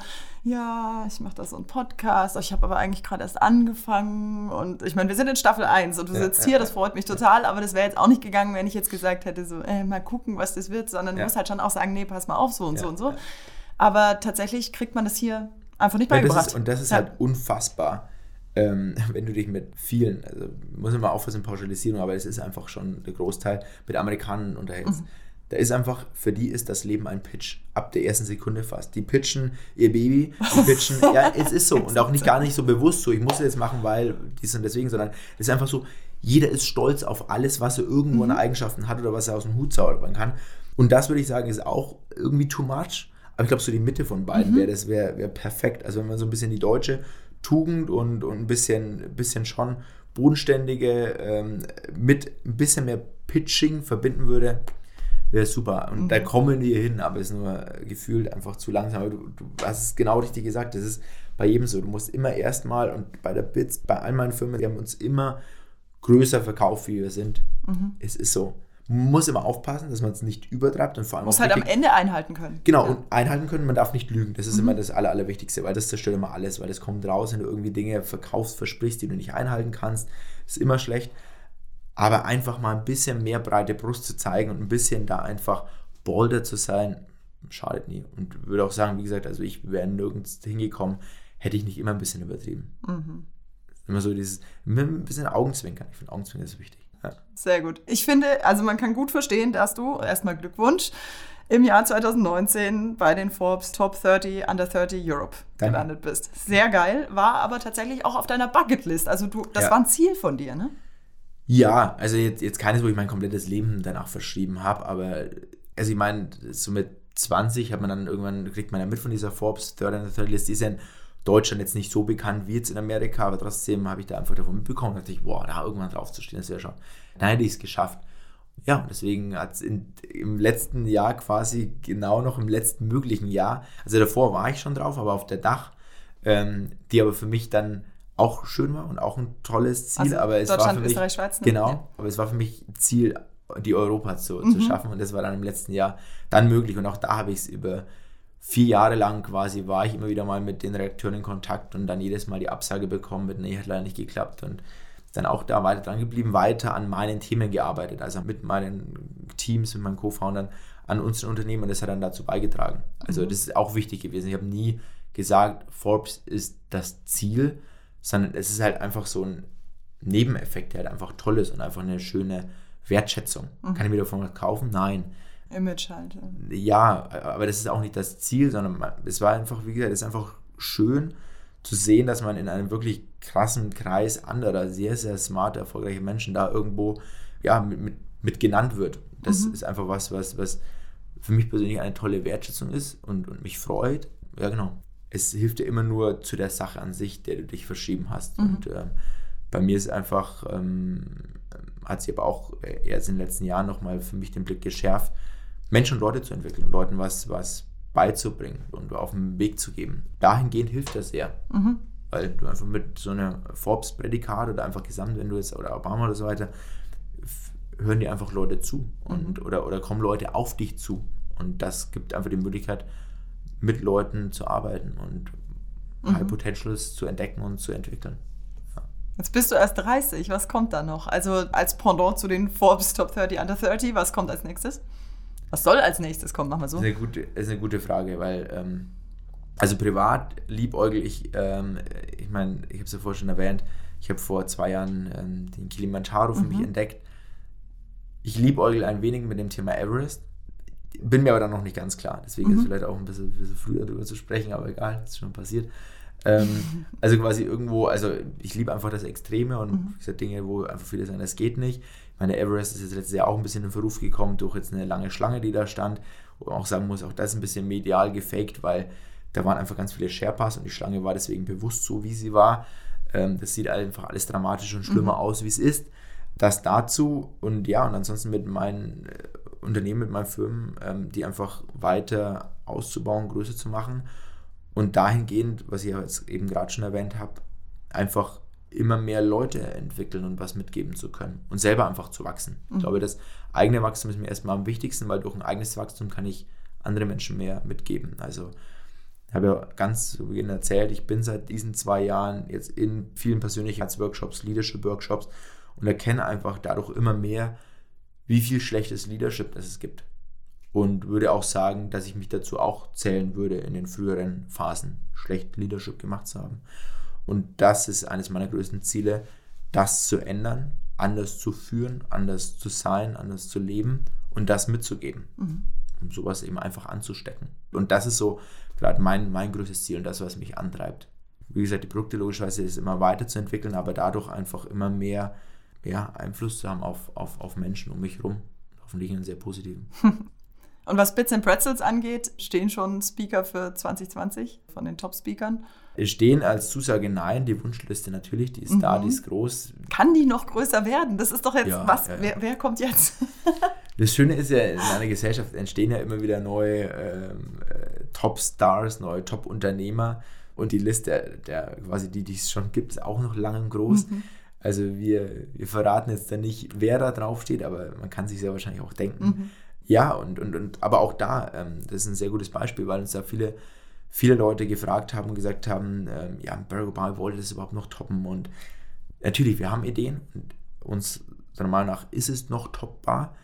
ja, ich mache da so einen Podcast, ich habe aber eigentlich gerade erst angefangen und ich meine, wir sind in Staffel 1 und du sitzt hier, das freut mich total, aber das wäre jetzt auch nicht gegangen, wenn ich jetzt gesagt hätte, so, mal gucken, was das wird, sondern du musst halt schon auch sagen, nee, pass mal auf, so und so und so. Aber tatsächlich kriegt man das hier einfach nicht beigebracht. Das ist halt unfassbar. Wenn du dich mit vielen, also muss man mal aufpassen, Pauschalisierung, aber es ist einfach schon der Großteil, mit Amerikanern unterhältst. Da ist einfach, für die ist das Leben ein Pitch, ab der ersten Sekunde fast. Die pitchen ihr Baby, die pitchen, ja, es ist so und auch gar nicht so bewusst so, ich muss es jetzt machen, weil dies und deswegen, sondern es ist einfach so, jeder ist stolz auf alles, was er irgendwo an Eigenschaften hat oder was er aus dem Hut zaubern kann. Und das würde ich sagen, ist auch irgendwie too much, aber ich glaube, so die Mitte von beiden wäre perfekt. Also wenn man so ein bisschen die deutsche Tugend und ein bisschen schon bodenständige mit ein bisschen mehr Pitching verbinden würde, wäre super. Und da kommen wir hin, aber es ist nur gefühlt einfach zu langsam. Aber du hast es genau richtig gesagt, das ist bei jedem so. Du musst immer erstmal, und bei der BITS, bei all meinen Firmen, die haben uns immer größer verkauft, wie wir sind. Es ist so. Man muss immer aufpassen, dass man es nicht übertreibt und vor allem muss halt am Ende einhalten können. Genau, und einhalten können, man darf nicht lügen. Das ist immer das Allerwichtigste, weil das zerstört immer alles, weil das kommt raus, wenn du irgendwie Dinge verkaufst, versprichst, die du nicht einhalten kannst. Das ist immer schlecht. Aber einfach mal ein bisschen mehr breite Brust zu zeigen und ein bisschen da einfach bolder zu sein, schadet nie. Und würde auch sagen, wie gesagt, also ich wäre nirgends hingekommen, hätte ich nicht immer ein bisschen übertrieben. Immer so dieses, ein bisschen Augenzwinkern. Ich finde, Augenzwinkern ist wichtig. Ja. Sehr gut. Ich finde, also man kann gut verstehen, dass du, erstmal Glückwunsch, im Jahr 2019 bei den Forbes Top 30 Under 30 Europe gelandet bist. Sehr geil, war aber tatsächlich auch auf deiner Bucketlist. Also das war ein Ziel von dir, ne? Ja, also jetzt keines, wo ich mein komplettes Leben danach verschrieben habe, aber also ich meine, so mit 20 hat man dann irgendwann, kriegt man ja mit von dieser Forbes 30 Under 30 List, die ist ja in Deutschland jetzt nicht so bekannt wie jetzt in Amerika, aber trotzdem habe ich da einfach davon mitbekommen und dachte ich, boah, da irgendwann drauf zu stehen, das wäre schon, dann hätte ich es geschafft. Ja, und deswegen hat es im letzten Jahr quasi, genau noch im letzten möglichen Jahr, also davor war ich schon drauf, aber auf der Dach, die aber für mich dann auch schön war und auch ein tolles Ziel. Also aber es Deutschland, war für mich, Österreich, Schweiz. Ne? Genau, ja. Aber es war für mich ein Ziel, die Europa zu schaffen und das war dann im letzten Jahr dann möglich und auch da habe ich es über 4 Jahre lang quasi, war ich immer wieder mal mit den Redakteuren in Kontakt und dann jedes Mal die Absage bekommen mit, nee, hat leider nicht geklappt und dann auch da weiter dran geblieben, weiter an meinen Themen gearbeitet, also mit meinen Teams, mit meinen Co-Foundern an unseren Unternehmen und das hat dann dazu beigetragen. Also das ist auch wichtig gewesen. Ich habe nie gesagt, Forbes ist das Ziel, sondern es ist halt einfach so ein Nebeneffekt, der halt einfach toll ist und einfach eine schöne Wertschätzung. Kann ich mir davon was kaufen? Nein. Image halt. Ja, aber das ist auch nicht das Ziel, sondern es war einfach, wie gesagt, es ist einfach schön zu sehen, dass man in einem wirklich krassen Kreis anderer, sehr, sehr smarte, erfolgreiche Menschen da irgendwo mit genannt wird. Das ist einfach was für mich persönlich eine tolle Wertschätzung ist und mich freut. Ja, genau. Es hilft dir immer nur zu der Sache an sich, der du dich verschrieben hast. Und bei mir ist einfach, hat sich aber auch erst in den letzten Jahren nochmal für mich den Blick geschärft, Menschen und Leute zu entwickeln und Leuten was beizubringen und auf den Weg zu geben. Dahingehend hilft das sehr. Weil du einfach mit so einer Forbes-Prädikat oder einfach gesamt, wenn du jetzt, oder Obama oder so weiter, hören dir einfach Leute zu oder kommen Leute auf dich zu. Und das gibt einfach die Möglichkeit, mit Leuten zu arbeiten und High Potentials zu entdecken und zu entwickeln. Jetzt bist du erst 30, was kommt da noch? Also als Pendant zu den Forbes Top 30 Under 30, was kommt als nächstes? Was soll als nächstes kommen, machen wir so? Das ist eine gute Frage, weil also privat liebäugel ich, ich meine, ich habe es ja vorher schon erwähnt, ich habe vor 2 Jahren den Kilimanjaro für mich entdeckt. Ich liebäugel ein wenig mit dem Thema Everest, bin mir aber dann noch nicht ganz klar, deswegen ist es vielleicht auch ein bisschen früher darüber zu sprechen, aber egal, das ist schon passiert. Also quasi irgendwo, also ich liebe einfach das Extreme und wie gesagt, Dinge, wo einfach viele sagen, das geht nicht. Ich meine, Everest ist jetzt letztes Jahr auch ein bisschen in Verruf gekommen durch jetzt eine lange Schlange, die da stand, wo man auch sagen muss, auch das ist ein bisschen medial gefaked, weil da waren einfach ganz viele Sherpas und die Schlange war deswegen bewusst so, wie sie war. Das sieht einfach alles dramatisch und schlimmer aus, wie es ist. Das dazu und ja, und ansonsten mit meinen Unternehmen, mit meinen Firmen, die einfach weiter auszubauen, größer zu machen und dahingehend, was ich jetzt eben gerade schon erwähnt habe, einfach immer mehr Leute entwickeln und was mitgeben zu können und selber einfach zu wachsen. Ich glaube, das eigene Wachstum ist mir erstmal am wichtigsten, weil durch ein eigenes Wachstum kann ich andere Menschen mehr mitgeben. Also ich habe ja ganz zu Beginn erzählt, ich bin seit diesen 2 Jahren jetzt in vielen Persönlichkeitsworkshops, Leadership-Workshops und erkenne einfach dadurch immer mehr, wie viel schlechtes Leadership es gibt. Und würde auch sagen, dass ich mich dazu auch zählen würde, in den früheren Phasen schlecht Leadership gemacht zu haben. Und das ist eines meiner größten Ziele, das zu ändern, anders zu führen, anders zu sein, anders zu leben und das mitzugeben, um sowas eben einfach anzustecken. Und das ist so gerade mein größtes Ziel und das, was mich antreibt. Wie gesagt, die Produkte logischerweise ist immer weiterzuentwickeln, aber dadurch einfach immer mehr Einfluss zu haben auf Menschen um mich herum. Hoffentlich einen sehr positiven. Und was Bits and Pretzels angeht, stehen schon Speaker für 2020 von den Top-Speakern? Stehen als Zusage nein, die Wunschliste natürlich, die ist da, die ist groß. Kann die noch größer werden? Das ist doch jetzt Wer kommt jetzt? Das Schöne ist ja, in einer Gesellschaft entstehen ja immer wieder neue Top-Stars, neue Top-Unternehmer und die Liste, die es schon gibt, ist auch noch lang und groß. Also wir verraten jetzt da nicht, wer da drauf steht, aber man kann sich ja wahrscheinlich auch denken. Ja, und aber auch da, das ist ein sehr gutes Beispiel, weil uns da viele Leute gefragt haben und gesagt haben, Barack Obama wollte das überhaupt noch toppen und natürlich, wir haben Ideen und uns seiner Meinung nach ist es noch toppbar,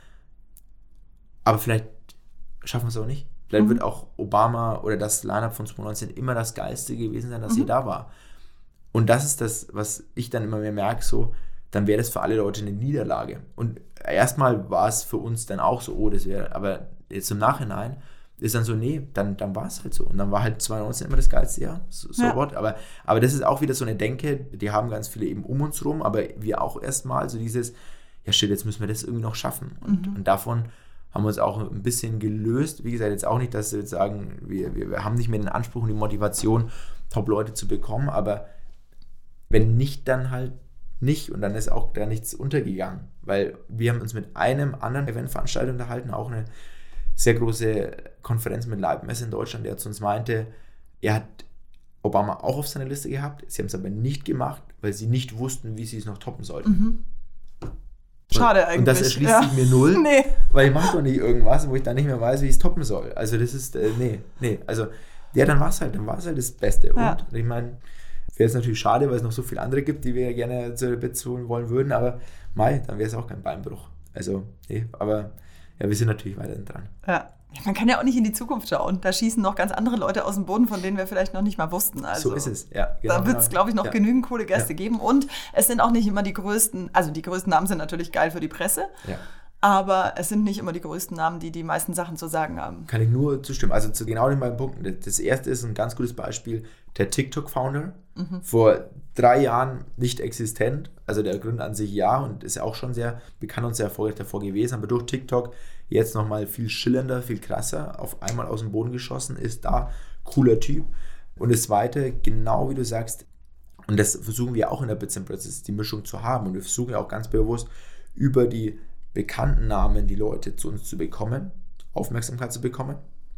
aber vielleicht schaffen wir es auch nicht. Vielleicht wird auch Obama oder das Line-Up von 2019 immer das Geilste gewesen sein, dass sie da war. Und das ist das, was ich dann immer mehr merke, so, dann wäre das für alle Leute eine Niederlage. Und erstmal war es für uns dann auch so, das wäre, aber jetzt im Nachhinein ist dann so, nee, dann war es halt so. Und dann war halt 2019 immer das geilste Jahr, what. Aber das ist auch wieder so eine Denke, die haben ganz viele eben um uns rum, aber wir auch erstmal so dieses, ja shit, jetzt müssen wir das irgendwie noch schaffen. Und davon haben wir uns auch ein bisschen gelöst. Wie gesagt, jetzt auch nicht, dass wir jetzt sagen, wir haben nicht mehr den Anspruch und die Motivation, Top-Leute zu bekommen, aber wenn nicht, dann halt nicht. Und dann ist auch da nichts untergegangen. Weil wir haben uns mit einem anderen Eventveranstalter unterhalten, auch eine sehr große Konferenz mit Leibmesse in Deutschland, der zu uns meinte, er hat Obama auch auf seiner Liste gehabt, sie haben es aber nicht gemacht, weil sie nicht wussten, wie sie es noch toppen sollten. Schade eigentlich. Und das erschließt sich mir null, weil ich mache doch nicht irgendwas, wo ich dann nicht mehr weiß, wie ich es toppen soll. Also das ist, also dann war es halt das Beste. Und ich meine, wäre es natürlich schade, weil es noch so viele andere gibt, die wir gerne zu Bits holen wollen würden, aber dann wäre es auch kein Beinbruch. Also, aber wir sind natürlich weiterhin dran. Ja, man kann ja auch nicht in die Zukunft schauen. Da schießen noch ganz andere Leute aus dem Boden, von denen wir vielleicht noch nicht mal wussten. Also, so ist es, ja. Genau, da wird es, glaube ich, noch genügend coole Gäste geben. Und es sind auch nicht immer die größten, also die größten Namen sind natürlich geil für die Presse. Ja. Aber es sind nicht immer die größten Namen, die die meisten Sachen zu sagen haben. Kann ich nur zustimmen. Also zu genau den beiden Punkten. Das erste ist ein ganz gutes Beispiel, der TikTok-Founder. Vor 3 Jahren nicht existent. Also der Gründer an sich und ist ja auch schon sehr bekannt und sehr erfolgreich davor gewesen. Aber durch TikTok jetzt nochmal viel schillernder, viel krasser, auf einmal aus dem Boden geschossen, ist da cooler Typ. Und das zweite, genau wie du sagst, und das versuchen wir auch in der Bits and Pretzels, die Mischung zu haben. Und wir versuchen ja auch ganz bewusst über die bekannten Namen die Leute zu uns zu bekommen, Aufmerksamkeit zu bekommen,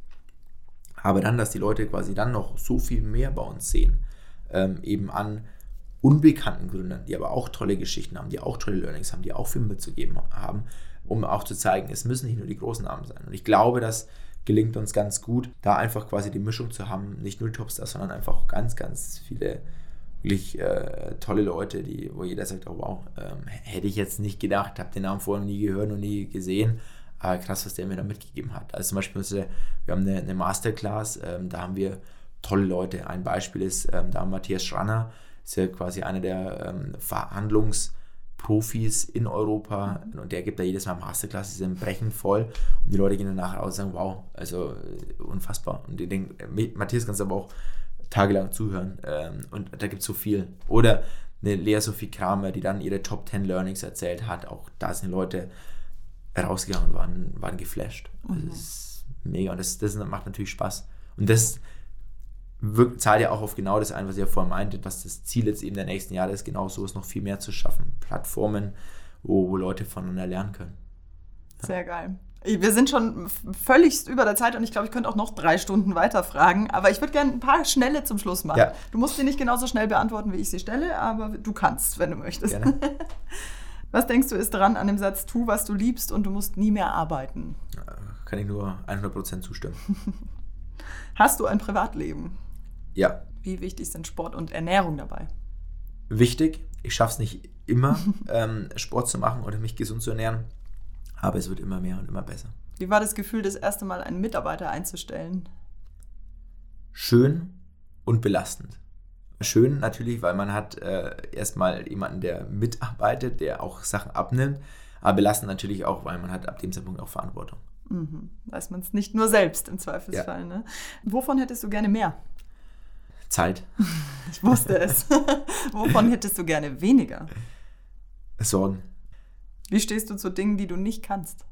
aber dann, dass die Leute quasi dann noch so viel mehr bei uns sehen, eben an unbekannten Gründern, die aber auch tolle Geschichten haben, die auch tolle Learnings haben, die auch viel mitzugeben haben, um auch zu zeigen, es müssen nicht nur die großen Namen sein. Und ich glaube, das gelingt uns ganz gut, da einfach quasi die Mischung zu haben, nicht nur die Topstars, sondern einfach ganz, ganz viele wirklich tolle Leute, wo jeder sagt, oh wow, hätte ich jetzt nicht gedacht, habe den Namen vorher noch nie gehört und nie gesehen, aber krass, was der mir da mitgegeben hat. Also zum Beispiel, wir haben eine Masterclass, da haben wir tolle Leute. Ein Beispiel ist da Matthias Schranner, ist ja quasi einer der Verhandlungsprofis in Europa und der gibt da jedes Mal Masterclass, die sind brechend voll und die Leute gehen danach raus und sagen, wow, also unfassbar. Und die denken, Matthias kannst du aber auch tagelang zuhören und da gibt es so viel. Oder eine Lea Sophie Kramer, die dann ihre Top 10 Learnings erzählt hat, auch da sind Leute rausgegangen und waren geflasht. Das ist mega und das macht natürlich Spaß. Und das zahlt ja auch auf genau das ein, was ihr vorhin meintet, was das Ziel jetzt eben der nächsten Jahre ist, genau so ist noch viel mehr zu schaffen. Plattformen, wo Leute voneinander lernen können. Ja. Sehr geil. Wir sind schon völlig über der Zeit und ich glaube, ich könnte auch noch 3 Stunden weiter fragen, aber ich würde gerne ein paar schnelle zum Schluss machen. Ja. Du musst sie nicht genauso schnell beantworten, wie ich sie stelle, aber du kannst, wenn du möchtest. Gerne. Was denkst du ist dran an dem Satz, tu, was du liebst und du musst nie mehr arbeiten? Kann ich nur 100% zustimmen. Hast du ein Privatleben? Ja. Wie wichtig sind Sport und Ernährung dabei? Wichtig. Ich schaffe es nicht immer, Sport zu machen oder mich gesund zu ernähren, aber es wird immer mehr und immer besser. Wie war das Gefühl, das erste Mal einen Mitarbeiter einzustellen? Schön und belastend. Schön natürlich, weil man hat erstmal jemanden, der mitarbeitet, der auch Sachen abnimmt, aber belastend natürlich auch, weil man hat ab dem Zeitpunkt auch Verantwortung. Weiß man es nicht nur selbst im Zweifelsfall. Ja. Ne? Wovon hättest du gerne mehr? Zeit. Ich wusste es. Wovon hättest du gerne weniger? Sorgen. Wie stehst du zu Dingen, die du nicht kannst?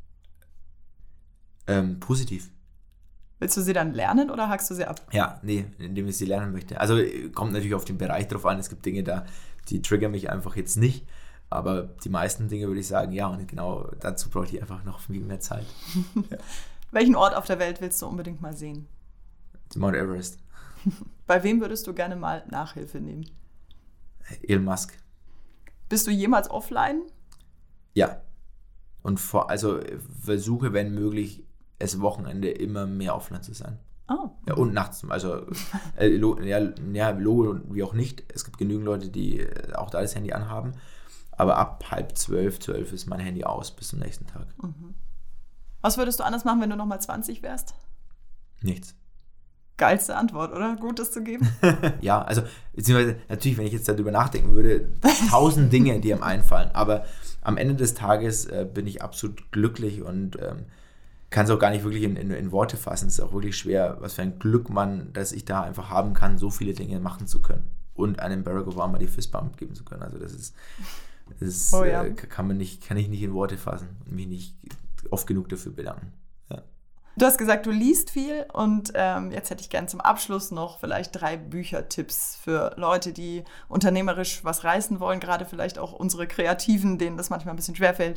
Positiv. Willst du sie dann lernen oder hackst du sie ab? Ja, nee, indem ich sie lernen möchte. Also kommt natürlich auf den Bereich drauf an. Es gibt Dinge da, die triggern mich einfach jetzt nicht. Aber die meisten Dinge würde ich sagen, ja. Und genau dazu brauche ich einfach noch viel mehr Zeit. Ja. Welchen Ort auf der Welt willst du unbedingt mal sehen? Mount Everest. Bei wem würdest du gerne mal Nachhilfe nehmen? Elon Musk. Bist du jemals offline? Ja. Und versuche, wenn möglich, es Wochenende immer mehr offline zu sein. Oh. Ja, und nachts. Also, Logo wie auch nicht. Es gibt genügend Leute, die auch da das Handy anhaben. Aber ab 11:30 ist mein Handy aus bis zum nächsten Tag. Was würdest du anders machen, wenn du nochmal 20 wärst? Nichts. Geilste Antwort, oder? Gut, das zu geben? Ja, also beziehungsweise natürlich, wenn ich jetzt darüber nachdenken würde, 1000 Dinge, die einem einfallen. Aber am Ende des Tages bin ich absolut glücklich und kann es auch gar nicht wirklich in Worte fassen. Es ist auch wirklich schwer, was für ein Glück dass ich da einfach haben kann, so viele Dinge machen zu können. Und einem Barack Obama die Fistbump geben zu können. Also das kann ich nicht in Worte fassen und mich nicht oft genug dafür bedanken. Ja. Du hast gesagt, du liest viel und jetzt hätte ich gerne zum Abschluss noch vielleicht 3 Büchertipps für Leute, die unternehmerisch was reißen wollen, gerade vielleicht auch unsere Kreativen, denen das manchmal ein bisschen schwerfällt.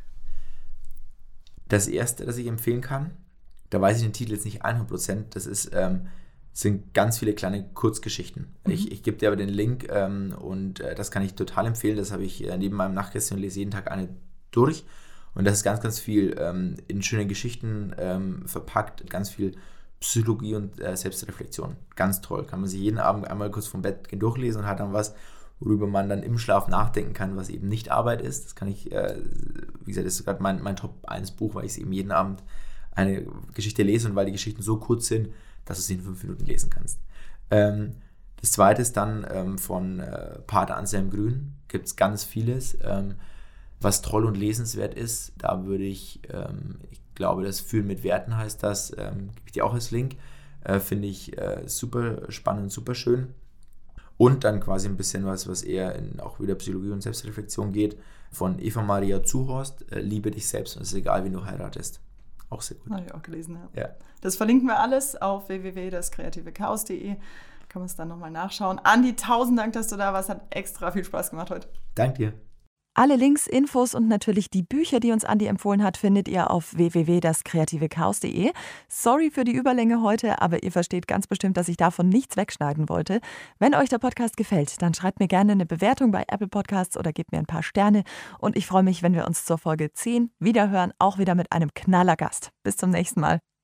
Das erste, das ich empfehlen kann, da weiß ich den Titel jetzt nicht 100%, das sind ganz viele kleine Kurzgeschichten. Ich gebe dir aber den Link und das kann ich total empfehlen. Das habe ich neben meinem Nachtkästchen und lese jeden Tag eine durch. Und das ist ganz, ganz viel in schöne Geschichten verpackt, ganz viel Psychologie und Selbstreflexion. Ganz toll. Kann man sich jeden Abend einmal kurz vom Bett durchlesen und hat dann was, worüber man dann im Schlaf nachdenken kann, was eben nicht Arbeit ist. Das kann ich, wie gesagt, das ist gerade mein Top 1 Buch, weil ich es eben jeden Abend eine Geschichte lese und weil die Geschichten so kurz sind, dass du sie in 5 Minuten lesen kannst. Das zweite ist dann von Pater Anselm Grün. Gibt es ganz vieles, was toll und lesenswert ist. Da würde ich glaube, das Führen mit Werten heißt das, gebe ich dir auch als Link. Finde ich super spannend, super schön. Und dann quasi ein bisschen was eher in auch wieder Psychologie und Selbstreflexion geht, von Eva Maria Zuhorst, Liebe dich selbst und es ist egal, wen du heiratest. Auch sehr gut. Habe ich auch gelesen, ja. Ja. Das verlinken wir alles auf www.daskreativechaos.de. Kann man es dann nochmal nachschauen. Andi, 1000 Dank, dass du da warst. Hat extra viel Spaß gemacht heute. Dank dir. Alle Links, Infos und natürlich die Bücher, die uns Andi empfohlen hat, findet ihr auf www.daskreativechaos.de. Sorry für die Überlänge heute, aber ihr versteht ganz bestimmt, dass ich davon nichts wegschneiden wollte. Wenn euch der Podcast gefällt, dann schreibt mir gerne eine Bewertung bei Apple Podcasts oder gebt mir ein paar Sterne. Und ich freue mich, wenn wir uns zur Folge 10 wiederhören, auch wieder mit einem Knallergast. Bis zum nächsten Mal.